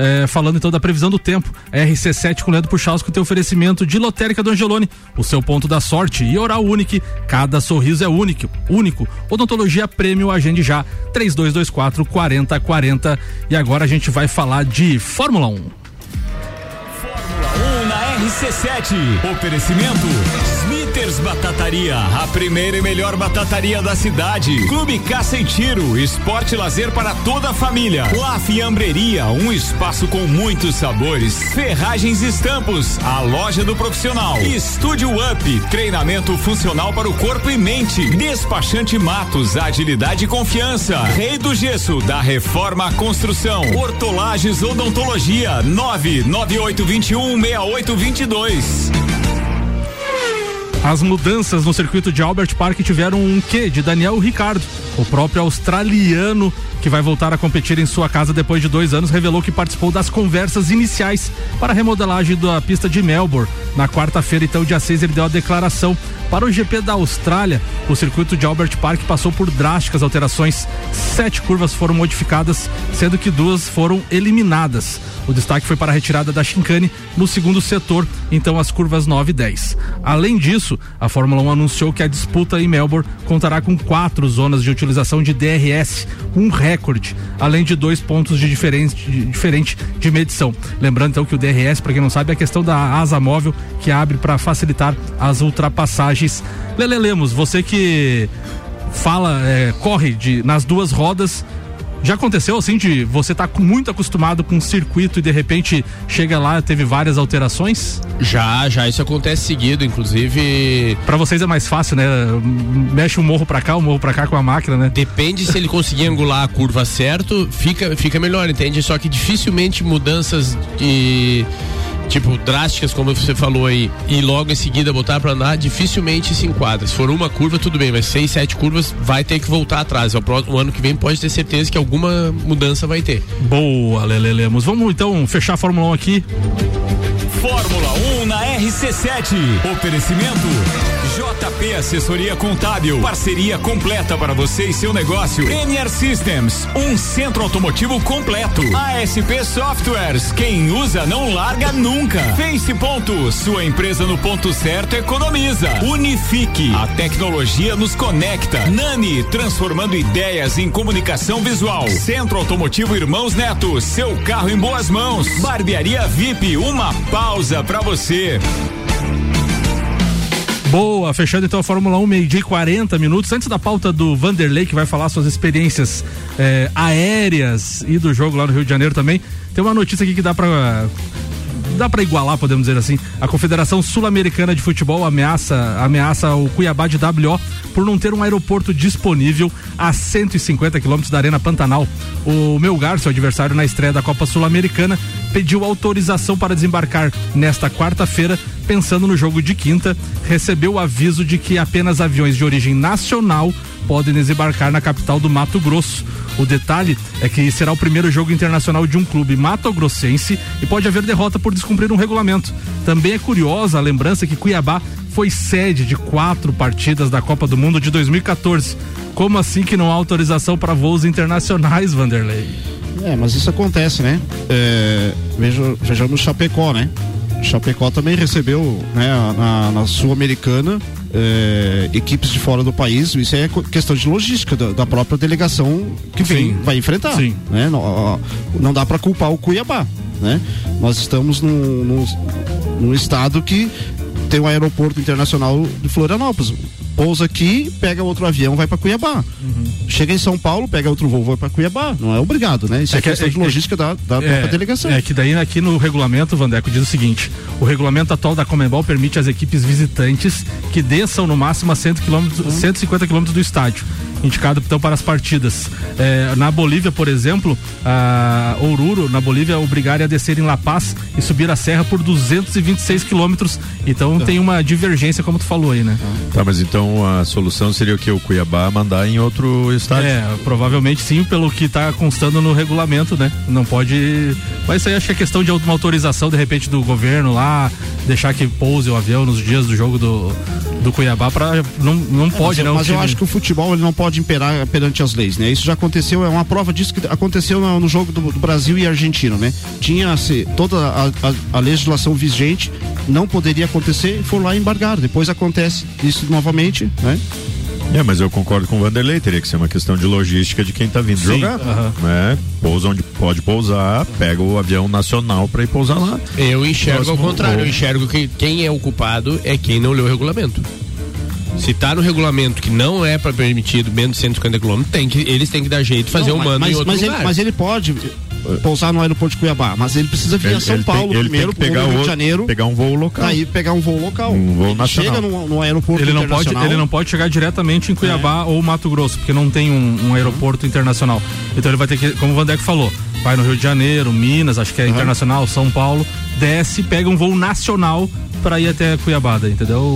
falando então da previsão do tempo. RC7 com Leandro Puchalski, o teu oferecimento de Lotérica do Angeloni, o seu ponto da sorte, e Oral Unique, cada sorriso é único. Odontologia Prêmio, agende já, 3224-4040. E agora a gente vai falar de Fórmula 1. Fórmula 1 na RC7. Oferecimento Smithers Batataria, a primeira e melhor batataria da cidade. Clube Caça e Tiro, esporte e lazer para toda a família. La Fiambreria, um espaço com muitos sabores. Ferragens e Estampos, a loja do profissional. Estúdio Up, treinamento funcional para o corpo e mente. Despachante Matos, agilidade e confiança. Rei do Gesso, da Reforma à Construção. Hortolagens Odontologia, 998216822. As mudanças no circuito de Albert Park tiveram um quê de Daniel Ricciardo. O próprio australiano, que vai voltar a competir em sua casa depois de 2 anos, revelou que participou das conversas iniciais para a remodelagem da pista de Melbourne. Na quarta-feira, então, dia 6, ele deu a declaração. Para o GP da Austrália, o circuito de Albert Park passou por drásticas alterações. 7 curvas foram modificadas, sendo que 2 foram eliminadas. O destaque foi para a retirada da chicane no segundo setor, então as curvas 9 e 10. Além disso, a Fórmula 1 anunciou que a disputa em Melbourne contará com 4 zonas de utilização de DRS, um recorde, além de 2 pontos diferente de medição. Lembrando então que o DRS, para quem não sabe, é a questão da asa móvel que abre para facilitar as ultrapassagens. Lele Lemos, você que corre nas 2 rodas, já aconteceu assim de você estar muito acostumado com o circuito e de repente chega lá, teve várias alterações? Já, isso acontece seguido, inclusive. Pra vocês é mais fácil, né? Mexe um morro pra cá com a máquina, né? Depende se ele conseguir angular a curva certo, fica melhor, entende? Só que dificilmente mudanças drásticas, como você falou aí, e logo em seguida botar pra andar, dificilmente se enquadra. Se for uma curva, tudo bem, mas 6, 7 curvas vai ter que voltar atrás. O ano que vem pode ter certeza que alguma mudança vai ter. Boa, Lele Lemos. Vamos então fechar a Fórmula 1 aqui. Fórmula 1 na RC7. Oferecimento JP Assessoria Contábil. Parceria completa para você e seu negócio. NR Systems, um centro automotivo completo. ASP Softwares, quem usa não larga nunca. Face Ponto, sua empresa no ponto certo economiza. Unifique, a tecnologia nos conecta. Nani, transformando ideias em comunicação visual. Centro Automotivo Irmãos Neto, seu carro em boas mãos. Barbearia VIP, uma pausa pra você. Boa, fechando então a Fórmula 1, 12:40. Antes da pauta do Vanderlei, que vai falar suas experiências aéreas e do jogo lá no Rio de Janeiro também, tem uma notícia aqui que dá pra igualar, podemos dizer assim. A Confederação Sul-Americana de Futebol ameaça o Cuiabá de WO por não ter um aeroporto disponível a 150 quilômetros da Arena Pantanal. O Melgar, seu adversário na estreia da Copa Sul-Americana, pediu autorização para desembarcar nesta quarta-feira, pensando no jogo de quinta. Recebeu o aviso de que apenas aviões de origem nacional podem desembarcar na capital do Mato Grosso. O detalhe é que será o primeiro jogo internacional de um clube matogrossense e pode haver derrota por descumprir um regulamento. Também é curiosa a lembrança que Cuiabá foi sede de 4 partidas da Copa do Mundo de 2014. Como assim que não há autorização para voos internacionais, Vanderlei? Mas isso acontece, né? Vejamos Chapecó, né? Chapecó também recebeu, né, na Sul-Americana, equipes de fora do país. Isso é questão de logística da própria delegação que vai enfrentar. Sim. Né? Não dá para culpar o Cuiabá, né? Nós estamos num estado que tem um aeroporto internacional de Florianópolis. Pousa aqui, pega outro avião, vai para Cuiabá. Chega em São Paulo, pega outro voo, vai para Cuiabá. Não é obrigado, né? Isso é questão de logística da própria delegação. É que daí aqui no regulamento, Vandeco, diz o seguinte: o regulamento atual da Conmebol permite às equipes visitantes que desçam no máximo a 150 quilômetros do estádio, indicado então para as partidas. Na Bolívia, por exemplo, Oruro, na Bolívia, obrigaram a descer em La Paz e subir a serra por 226 quilômetros. Então tem uma divergência, como tu falou aí, né? Tá, mas então a solução seria o que? O Cuiabá mandar em outro estádio? Provavelmente sim, pelo que está constando no regulamento, né? Não pode. Mas isso aí acho que é questão de uma autorização, de repente, do governo lá, deixar que pouse o avião nos dias do jogo do Cuiabá não pode, né? Mas eu acho que o futebol ele não pode imperar perante as leis, né? Isso já aconteceu, é uma prova disso que aconteceu no jogo do Brasil e Argentina, né? Tinha-se toda a legislação vigente, não poderia acontecer e foram lá e embargaram. Depois acontece isso novamente, né? Mas eu concordo com o Vanderlei, teria que ser uma questão de logística de quem tá vindo jogar, né? Pousa onde pode pousar, pega o avião nacional para ir pousar lá. Eu enxergo ao contrário, eu enxergo que quem é o culpado é quem não leu o regulamento. Se tá no regulamento que não é para permitido menos de 150 km, eles têm que dar jeito de fazer humano em outro lugar. Mas ele pode pousar no aeroporto de Cuiabá, mas ele precisa vir a São Paulo primeiro, pegar Rio de Janeiro, pegar um voo local. Aí pegar um voo local. Um voo nacional. Chega no aeroporto internacional. Ele não pode chegar diretamente em Cuiabá ou Mato Grosso, porque não tem um aeroporto internacional. Então ele vai ter que, como o Vandeco falou, vai no Rio de Janeiro, Minas, acho que é internacional, São Paulo, desce, pega um voo nacional para ir até Cuiabá, entendeu?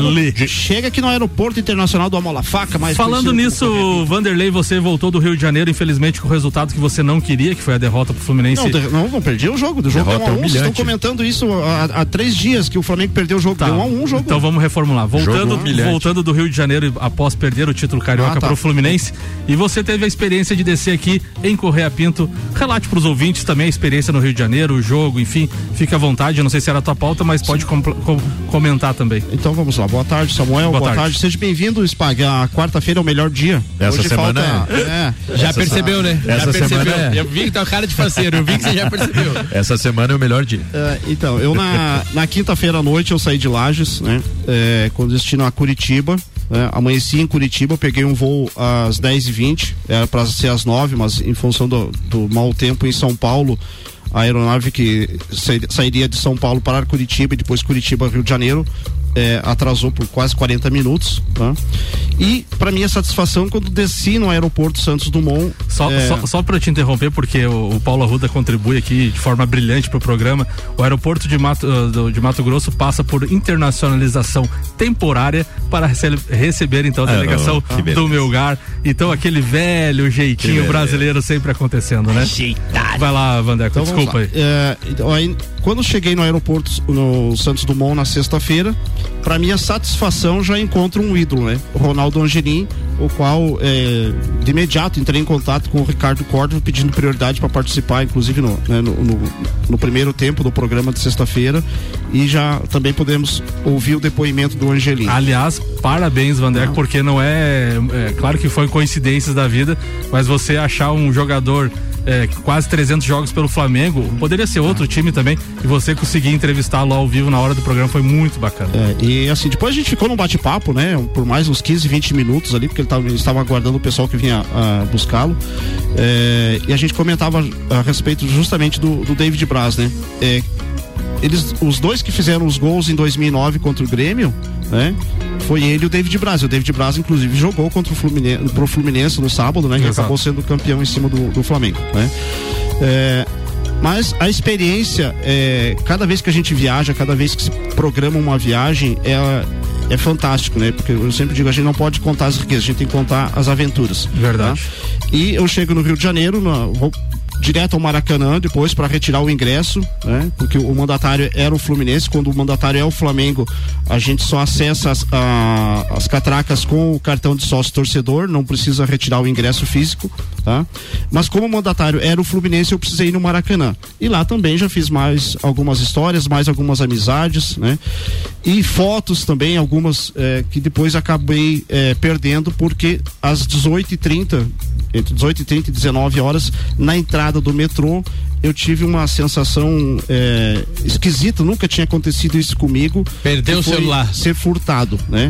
Chega aqui no aeroporto internacional do Amola-Faca, mas falando nisso, Vanderlei, você voltou do Rio de Janeiro, infelizmente com o resultado que você não queria, que foi a derrota pro Fluminense. Não perdi o jogo. Do jogo deu 1-1. Vocês estão comentando isso há 3 dias que o Flamengo perdeu o jogo. Deu 1-1 o jogo. Então vamos reformular. Voltando do Rio de Janeiro após perder o título carioca pro Fluminense, e você teve a experiência de descer aqui em Correia Pinto. Relate pros ouvintes também a experiência no Rio de Janeiro, o jogo, enfim, fica à vontade. Eu não sei se era a tua pauta, mas pode comentar também. Então vamos lá. Boa tarde, Samuel. Boa tarde. Seja bem-vindo, Spag. A quarta-feira é o melhor dia. Essa hoje semana já percebeu, né? Essa semana Eu vi que tá cara de faceiro, eu vi que você já percebeu. Essa semana é o melhor dia. Então, eu na quinta-feira à noite eu saí de Lages, né? Com destino a Curitiba. Amanheci em Curitiba, peguei um voo às 10h20, era para ser às 9h, mas em função do mau tempo em São Paulo, a aeronave que sairia de São Paulo para Curitiba e depois Curitiba, Rio de Janeiro, atrasou por quase 40 minutos, tá? E para minha satisfação, quando desci no aeroporto Santos Dumont... Só para te interromper, porque o Paulo Arruda contribui aqui de forma brilhante pro programa, o aeroporto de Mato Grosso passa por internacionalização temporária para receber então a delegação do Melgar. Então aquele velho jeitinho brasileiro sempre acontecendo, né? Ajeitado. Vai lá, Vandeco, então, desculpa aí. Aí. Quando cheguei no aeroporto no Santos Dumont na sexta-feira, para minha satisfação já encontro um ídolo, né? O Ronaldo Angelim, o qual de imediato entrei em contato com o Ricardo Córdova pedindo prioridade para participar, inclusive no primeiro tempo do programa de sexta-feira, e já também podemos ouvir o depoimento do Angelim. Aliás, parabéns, Vandeco, porque não claro que foi coincidências da vida, mas você achar um jogador quase 300 jogos pelo Flamengo, poderia ser outro time também, e você conseguir entrevistá-lo ao vivo na hora do programa foi muito bacana. E assim, depois a gente ficou num bate-papo, né, por mais uns 15, 20 minutos ali, porque ele estava aguardando o pessoal que vinha buscá-lo, e a gente comentava a respeito justamente do David Braz, né? Os dois que fizeram os gols em 2009 contra o Grêmio, né? Foi ele e o David Braz. O David Braz, inclusive, jogou contra pro Fluminense no sábado, né? Que acabou sendo campeão em cima do Flamengo, né? Mas a experiência, cada vez que a gente viaja, cada vez que se programa uma viagem, é fantástico, né? Porque eu sempre digo, a gente não pode contar as riquezas, a gente tem que contar as aventuras. Verdade. Tá? E eu chego no Rio de Janeiro, vou direto ao Maracanã depois para retirar o ingresso, né? Porque o mandatário era o Fluminense. Quando o mandatário é o Flamengo, a gente só acessa as catracas com o cartão de sócio torcedor, não precisa retirar o ingresso físico, tá? Mas como o mandatário era o Fluminense, eu precisei ir no Maracanã, e lá também já fiz mais algumas histórias, mais algumas amizades, né? E fotos também, algumas que depois acabei perdendo, porque às 18h30, entre 18h30 e 19 horas, na entrada do metrô, eu tive uma sensação esquisita, nunca tinha acontecido isso comigo. Perdeu o celular. Ser furtado, né?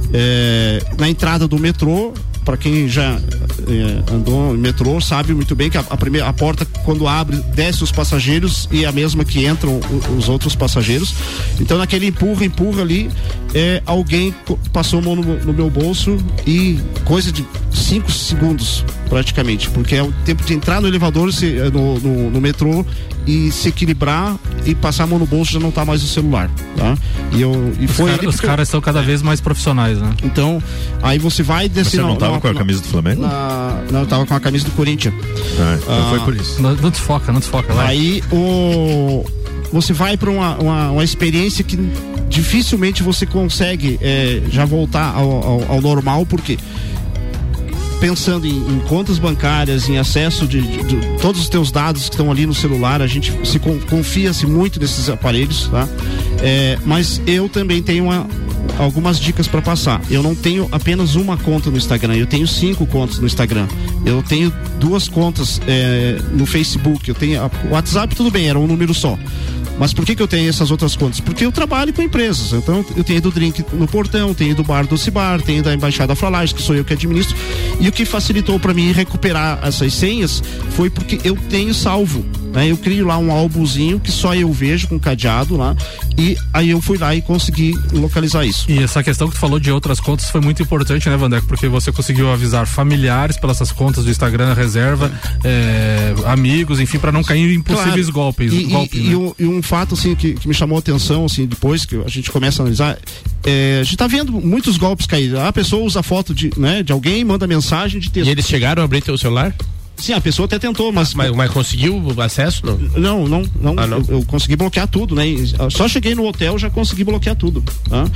Na entrada do metrô, para quem já andou no metrô, sabe muito bem que a porta, quando abre, desce os passageiros e é a mesma que entram os outros passageiros. Então, naquele empurra ali, alguém passou a mão no meu bolso, e coisa de 5 segundos praticamente, porque é o tempo de entrar no elevador, no metrô, e se equilibrar e passar a mão no bolso, já não tá mais o celular, tá? Os caras são cada vez mais profissionais, né? Então, aí você vai descer. Você não tava com a camisa do Flamengo? Não, eu tava com a camisa do Corinthians. Então foi por isso. Não desfoca lá. Aí você vai para uma experiência que dificilmente você consegue já voltar ao normal, porque pensando em contas bancárias, em acesso de todos os teus dados que estão ali no celular, a gente confia-se muito nesses aparelhos, tá? Mas eu também tenho algumas dicas para passar. Eu não tenho apenas uma conta no Instagram, eu tenho 5 contas no Instagram. Eu tenho 2 contas no Facebook. Eu tenho o WhatsApp, tudo bem, era um número só. Mas por que eu tenho essas outras contas? Porque eu trabalho com empresas. Então eu tenho do Drink no Portão, tenho do Bar do Cibar, tenho da Embaixada Flalages, que sou eu que administro. E o que facilitou para mim recuperar essas senhas foi porque eu tenho salvo, né? Eu crio lá um álbumzinho que só eu vejo com cadeado lá, e aí eu fui lá e consegui localizar isso. E essa questão que tu falou de outras contas foi muito importante, né, Vandeco? Porque você conseguiu avisar familiares pelas essas contas do Instagram, reserva, amigos, enfim, para não cair em possíveis golpes. E um fato assim que me chamou a atenção, assim, depois que a gente começa a analisar, a gente tá vendo muitos golpes cair. A pessoa usa foto de alguém, manda mensagem de texto. E eles chegaram a abrir teu celular? Sim, a pessoa até tentou, mas conseguiu acesso, não? Não. Eu consegui bloquear tudo, né? Só cheguei no hotel, já consegui bloquear tudo, tá?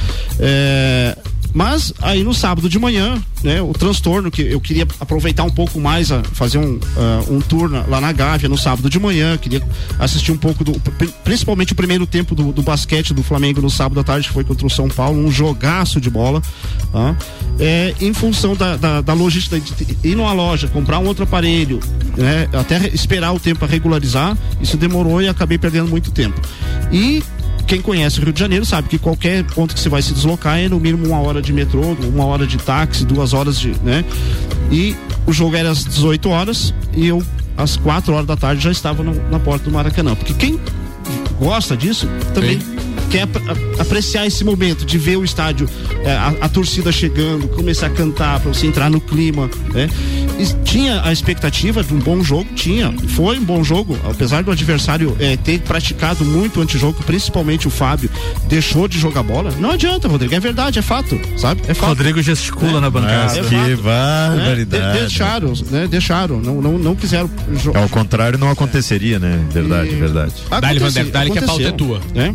Mas aí no sábado de manhã, né, o transtorno, que eu queria aproveitar um pouco mais, fazer um tour lá na Gávea no sábado de manhã, queria assistir um pouco principalmente o primeiro tempo do basquete do Flamengo no sábado à tarde, que foi contra o São Paulo, um jogaço de bola, tá? Em função da logística de ir numa loja, comprar um outro aparelho, né, até esperar o tempo para regularizar, isso demorou e acabei perdendo muito tempo. E quem conhece o Rio de Janeiro sabe que qualquer ponto que você vai se deslocar é no mínimo 1 hora de metrô, 1 hora de táxi, 2 horas né? E o jogo era às 18 horas e eu às 4 horas da tarde já estava na porta do Maracanã. Porque quem gosta disso também quer apreciar esse momento de ver o estádio, a torcida chegando, começar a cantar para você entrar no clima, né? E tinha a expectativa de um bom jogo, foi um bom jogo, apesar do adversário ter praticado muito o antijogo, principalmente o Fábio deixou de jogar bola. Não adianta, Rodrigo, é verdade, é fato, sabe? É fato. Rodrigo gesticula na bancada. Que barbaridade. Deixaram, não quiseram jogar. Ao contrário, não aconteceria, né? Verdade. Dá-lhe, Vandeco, dá-lhe que a pauta é tua. Né?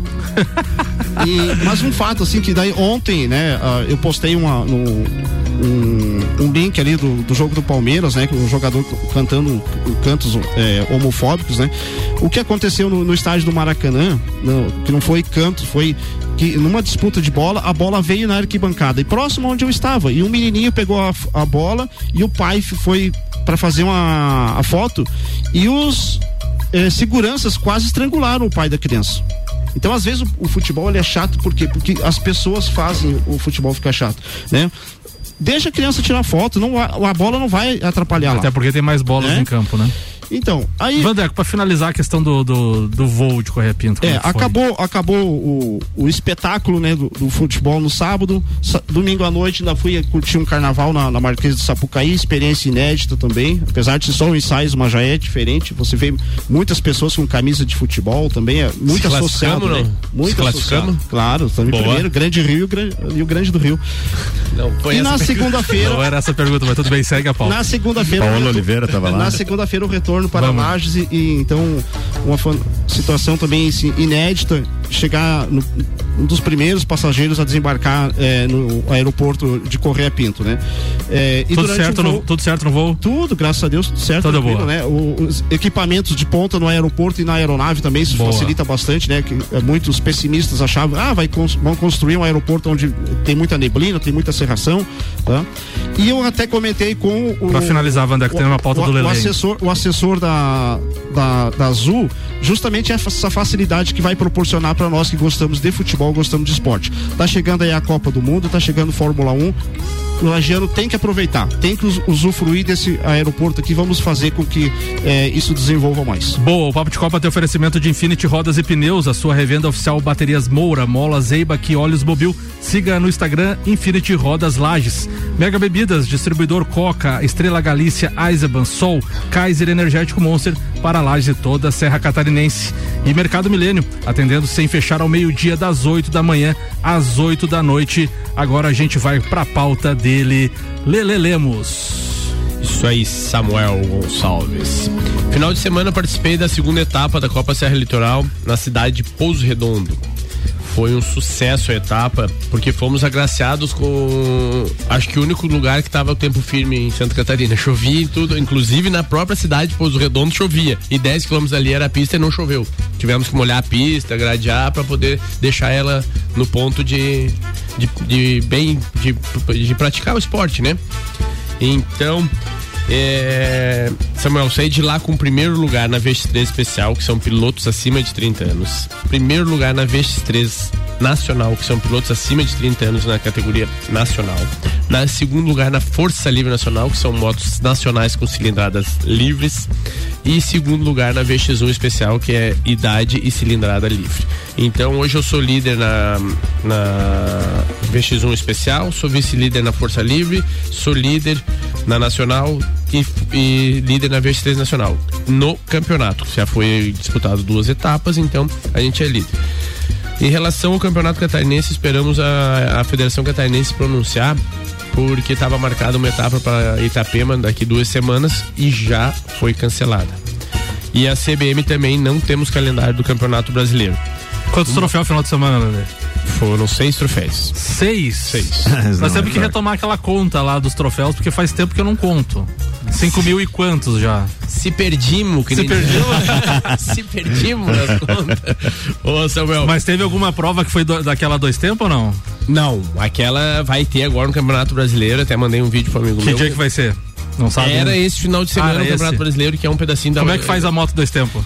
Mas um fato assim que daí ontem, né, eu postei um link ali do jogo do Palmeiras, né, que um jogador cantando cantos homofóbicos, né? O que aconteceu no estádio do Maracanã, que não foi canto, foi que numa disputa de bola, a bola veio na arquibancada e próximo onde eu estava, e um menininho pegou a bola e o pai foi para fazer a foto e os seguranças quase estrangularam o pai da criança. Então, às vezes, o futebol ele é chato, por quê? Porque as pessoas fazem o futebol ficar chato, né? Deixa a criança tirar foto, a bola não vai atrapalhar lá. Até porque tem mais bolas em campo, né? Então, aí... Vandeco, para finalizar a questão do voo de Correia Pinto. Acabou o espetáculo, né, do futebol no sábado. Domingo à noite ainda fui curtir um carnaval na Marquês de Sapucaí, experiência inédita também. Apesar de ser só um ensaio, mas já é diferente. Você vê muitas pessoas com camisa de futebol também, muito associado, né? Muito associado. Claro, também primeiro, Grande Rio e o Grande do Rio. Não, foi e na segunda-feira... Não era essa pergunta, mas tudo bem, segue a pauta. Na segunda-feira... Paulo Oliveira estava lá. Na segunda-feira o retorno para Lages e então uma situação também assim, inédita, chegar um dos primeiros passageiros a desembarcar no aeroporto de Correia Pinto, né? Tudo certo no voo? Tudo, graças a Deus, tudo certo. Tudo boa. Né? Os equipamentos de ponta no aeroporto e na aeronave também, isso facilita bastante, né? Que muitos pessimistas achavam, vão construir um aeroporto onde tem muita neblina, tem muita cerração, tá? E eu até comentei com Pra finalizar, Vandeco, tem uma pauta do Lelê. O assessor da Azul, justamente essa facilidade que vai proporcionar para nós que gostamos de futebol, gostamos de esporte. Tá chegando aí a Copa do Mundo, tá chegando Fórmula 1. O lagiano tem que aproveitar, tem que usufruir desse aeroporto aqui. Vamos fazer com que isso desenvolva mais. Boa, o Papo de Copa tem oferecimento de Infinity Rodas e Pneus, a sua revenda oficial Baterias Moura, Molas, Eibac e Óleos Mobil. Siga no Instagram Infinity Rodas Lages. Mega Bebidas, distribuidor Coca, Estrela Galícia, Eisenbahn, Sol, Kaiser Energético Monster para Lages e toda a Serra Catarinense. E Mercado Milênio, atendendo sem fechar ao meio-dia, das 8 da manhã às 8 da noite. Agora a gente vai pra pauta dele, Lelê Lemos. Isso aí, Samuel Gonçalves. Final de semana participei da segunda etapa da Copa Serra Litoral na cidade de Pouso Redondo. Foi um sucesso a etapa, porque fomos agraciados com, acho que o único lugar que estava o tempo firme em Santa Catarina. Chovia em tudo, inclusive na própria cidade de Pouso Redondo chovia. E 10 quilômetros ali era a pista e não choveu. Tivemos que molhar a pista, gradear para poder deixar ela no ponto de praticar o esporte, né? Então, Samuel, saí de lá com o primeiro lugar na VX3 especial, que são pilotos acima de 30 anos. Primeiro lugar na VX3 nacional, que são pilotos acima de 30 anos na categoria nacional. Na segundo lugar na Força Livre Nacional, que são motos nacionais com cilindradas livres. E segundo lugar na VX1 especial, que é idade e cilindrada livre. Então hoje eu sou líder na VX1 especial, sou vice-líder na Força Livre, sou líder na Nacional e líder na VX3 Nacional. No campeonato, já foi disputado 2 etapas, então a gente é líder. Em relação ao Campeonato Catarinense, esperamos a Federação Catarinense pronunciar, porque estava marcada uma etapa para Itapema daqui 2 semanas e já foi cancelada. E a CBM também não temos calendário do Campeonato Brasileiro. Quantos troféus no final de semana, Lelê? Foram 6 troféus. 6? Nós temos que retomar aquela conta lá dos troféus, porque faz tempo que eu não conto. 5 mil e quantos já? Se perdimos, que Se perdimos? Se perdimos nas contas. Ô, Samuel. Mas teve alguma prova que foi daquela 2 tempos ou não? Não, aquela vai ter agora no Campeonato Brasileiro, até mandei um vídeo pro amigo meu. Que dia que vai ser? Não sabe? Era esse final de semana no Campeonato Brasileiro, que é um pedacinho da... Como é que faz a moto 2 tempos?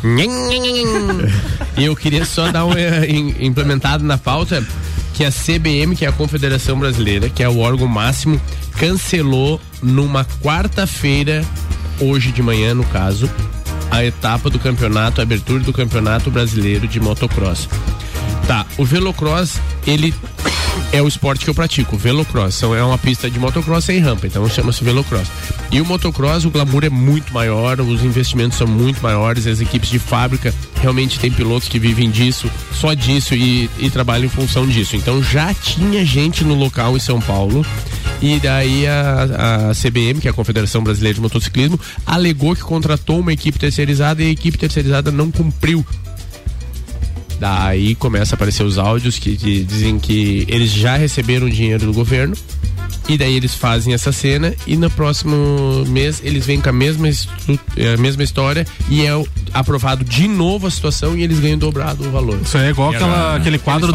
E eu queria só dar implementado na pauta que a CBM, que é a Confederação Brasileira, que é o órgão máximo, cancelou numa quarta-feira, hoje de manhã no caso, a etapa do campeonato, a abertura do Campeonato Brasileiro de Motocross. Tá, o velocross, ele é o esporte que eu pratico, o velocross. É uma pista de motocross sem rampa, então chama-se velocross. E o motocross, o glamour é muito maior, os investimentos são muito maiores, as equipes de fábrica realmente tem pilotos que vivem disso, só disso e trabalham em função disso. Então já tinha gente no local em São Paulo. E daí a CBM, que é a Confederação Brasileira de Motociclismo, alegou que contratou uma equipe terceirizada e a equipe terceirizada não cumpriu. Daí começa a aparecer os áudios que dizem que eles já receberam dinheiro do governo e daí eles fazem essa cena e no próximo mês eles vêm com a mesma história e é aprovado de novo a situação e eles ganham dobrado o valor. Isso aí é igual aquele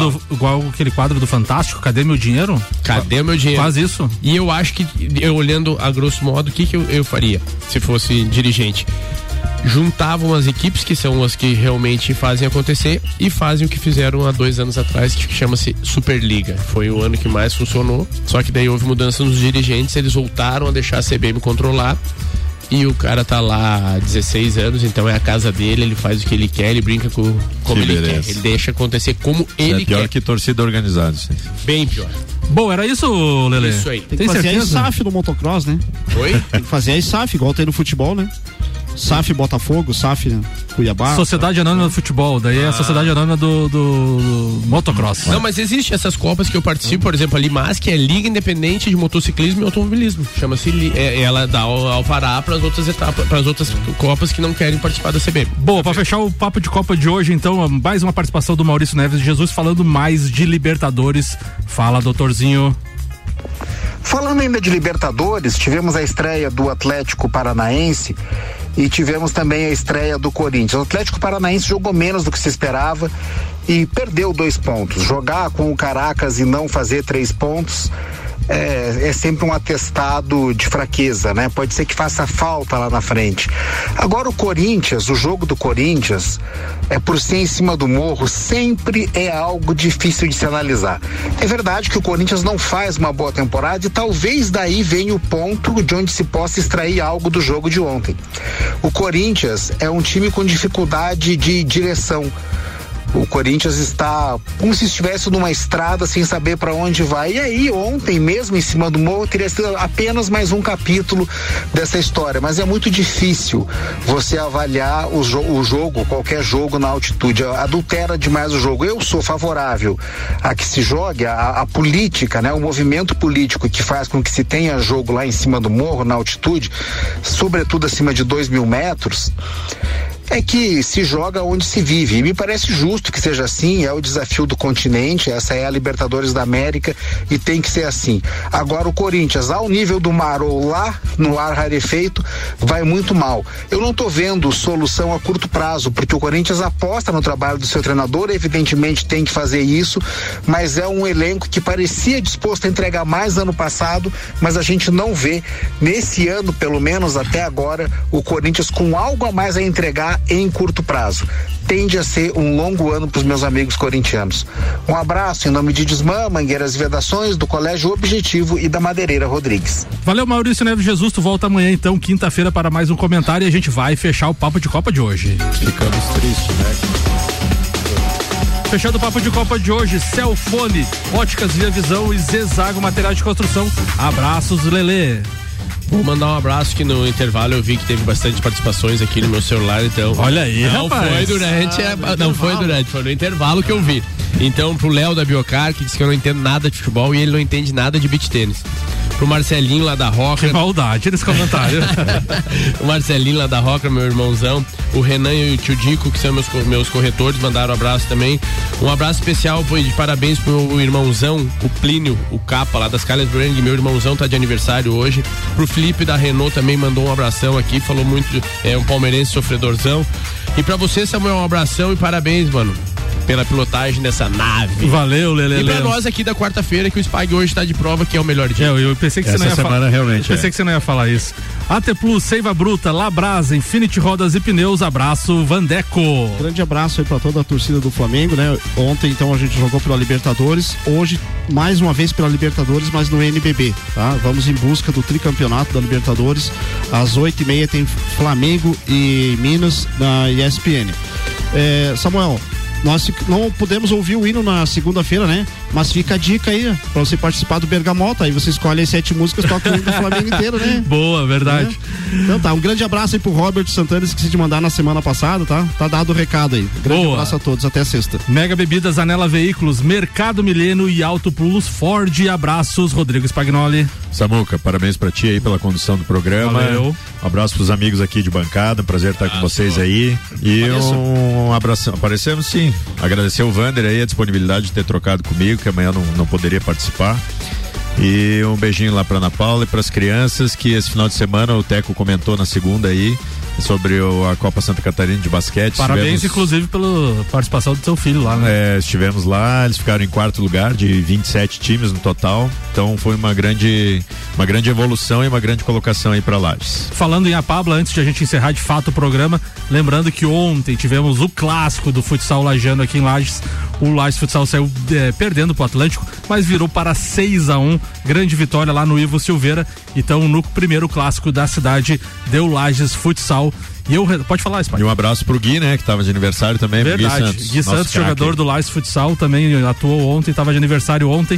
quadro do Fantástico, Cadê Meu Dinheiro? Cadê meu dinheiro? Faz isso. E eu acho que, eu olhando a grosso modo, o que eu faria se fosse dirigente? Juntavam as equipes, que são as que realmente fazem acontecer, e fazem o que fizeram há 2 anos atrás, que chama-se Superliga. Foi o ano que mais funcionou, só que daí houve mudança nos dirigentes, eles voltaram a deixar a CBM controlar, e o cara tá lá há 16 anos, então é a casa dele, ele faz o que ele quer, ele brinca como ele quer, ele deixa acontecer como ele quer. É pior que torcida organizada. Sim. Bem pior. Bom, era isso, Lelê? Isso aí. Tem que fazer a ISAF no motocross, né? Oi? Tem que fazer a ISAF, igual tem no futebol, né? SAF Botafogo, SAF Cuiabá. Sociedade Anônima do Futebol, daí é a Sociedade Anônima do Motocross. Não, mas existe essas copas que eu participo, por exemplo, a Limas, que é Liga Independente de Motociclismo e Automobilismo. Chama-se, ela dá alvará para as outras etapas, para as outras copas que não querem participar da CBM. Boa, para fechar o papo de Copa de hoje, então, mais uma participação do Maurício Neves de Jesus falando mais de Libertadores. Fala, doutorzinho. Falando ainda de Libertadores, tivemos a estreia do Atlético Paranaense e tivemos também a estreia do Corinthians. O Atlético Paranaense jogou menos do que se esperava e perdeu 2 pontos. Jogar com o Caracas e não fazer 3 pontos é sempre um atestado de fraqueza, né? Pode ser que faça falta lá na frente. Agora o Corinthians, o jogo do Corinthians, por ser em cima do morro, sempre é algo difícil de se analisar. É verdade que o Corinthians não faz uma boa temporada e talvez daí venha o ponto de onde se possa extrair algo do jogo de ontem. O Corinthians é um time com dificuldade de direção. O Corinthians está como se estivesse numa estrada sem saber para onde vai. E aí, ontem, mesmo em cima do morro, teria sido apenas mais um capítulo dessa história. Mas é muito difícil você avaliar o jogo, qualquer jogo na altitude. Adultera demais o jogo. Eu sou favorável a que se jogue a política, né? O movimento político que faz com que se tenha jogo lá em cima do morro, na altitude, sobretudo acima de 2.000 metros. é que se joga onde se vive. E me parece justo que seja assim, é o desafio do continente, essa é a Libertadores da América e tem que ser assim. Agora o Corinthians, ao nível do mar ou lá no ar rarefeito, vai muito mal. Eu não tô vendo solução a curto prazo, porque o Corinthians aposta no trabalho do seu treinador, evidentemente tem que fazer isso, mas é um elenco que parecia disposto a entregar mais ano passado, mas a gente não vê nesse ano, pelo menos até agora, o Corinthians com algo a mais a entregar em curto prazo. Tende a ser um longo ano para os meus amigos corintianos. Um abraço em nome de Desmã, Mangueiras e Vedações, do Colégio Objetivo e da Madeireira Rodrigues. Valeu, Maurício Neves Jesus, tu volta amanhã então, quinta-feira, para mais um comentário e a gente vai fechar o Papo de Copa de hoje. Ficamos tristes, né? Fechando o Papo de Copa de hoje, Celfone, Óticas Via Visão e Zezago Materiais de Construção. Abraços, Lelê. Vou mandar um abraço que no intervalo eu vi que teve bastante participações aqui no meu celular, então. Olha aí, não rapaz. Foi no intervalo que eu vi. Então, pro Léo da Biocar, que disse que eu não entendo nada de futebol e ele não entende nada de beach tênis. Pro Marcelinho lá da Roca. Que maldade nesse comentário. O Marcelinho lá da Roca, meu irmãozão. O Renan e o tio Dico, que são meus corretores, mandaram um abraço também. Um abraço especial de parabéns pro meu irmãozão, o Plínio, o Capa lá das Calhas Brand. Meu irmãozão tá de aniversário hoje. Pro Felipe da Renault também mandou um abração aqui, falou muito, um palmeirense sofredorzão. E pra você, Samuel, um abração e parabéns, mano, pela pilotagem dessa nave. Valeu, Lelê. E pra nós aqui da quarta-feira, que o Spag hoje tá de prova que é o melhor dia. Eu pensei que você não ia falar. Realmente pensei que você não ia falar isso. AT Plus, Seiva Bruta, Labrasa, Infinity Rodas e Pneus, abraço, Vandeco. Grande abraço aí pra toda a torcida do Flamengo, né? Ontem, então, a gente jogou pela Libertadores, hoje, mais uma vez pela Libertadores, mas no NBB, tá? Vamos em busca do tricampeonato da Libertadores. Às 8h30 tem Flamengo e Minas na ESPN. Samuel, nós não podemos ouvir o hino na segunda-feira, né? Mas fica a dica aí, pra você participar do Bergamota. Aí você escolhe as 7 músicas, toca o hino do Flamengo inteiro, né? Boa, verdade. Então tá, um grande abraço aí pro Robert Santana, esqueci de mandar na semana passada, tá? Tá dado o recado aí. Grande abraço a todos, até sexta. Mega Bebidas, Anela Veículos, Mercado Milênio e Auto Plus Ford. Abraços, Rodrigo Spagnoli. Samuca, parabéns pra ti aí pela condução do programa. Valeu. Um abraço pros amigos aqui de bancada, um prazer estar com vocês aí. E um abração. Aparecemos sim. Agradecer o Vander aí a disponibilidade de ter trocado comigo, que amanhã não poderia participar. E um beijinho lá pra Ana Paula e pras crianças, que esse final de semana o Teco comentou na segunda aí sobre a Copa Santa Catarina de basquete. Parabéns, inclusive, pela participação do seu filho lá, né? Estivemos lá, eles ficaram em 4º lugar de 27 times no total. Então foi uma grande evolução e uma grande colocação aí pra Lages. Falando em Apabla, antes de a gente encerrar de fato o programa, lembrando que ontem tivemos o clássico do futsal lagiano aqui em Lages. O Lages Futsal saiu perdendo pro Atlântico, mas virou para 6-1, grande vitória lá no Ivo Silveira. Então, no primeiro clássico da cidade, deu Lages Futsal. E pode falar, Spike. E um abraço pro Gui, né, que tava de aniversário também. Verdade. Gui Santos, jogador do Lages Futsal, também atuou ontem, tava de aniversário ontem.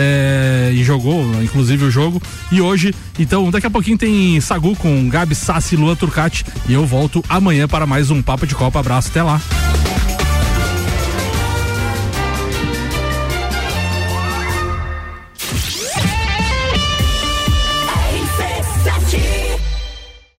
E jogou, inclusive, o jogo. E hoje, então, daqui a pouquinho tem Sagu com Gabi Sassi e Luan Turcati. E eu volto amanhã para mais um Papo de Copa. Abraço, até lá.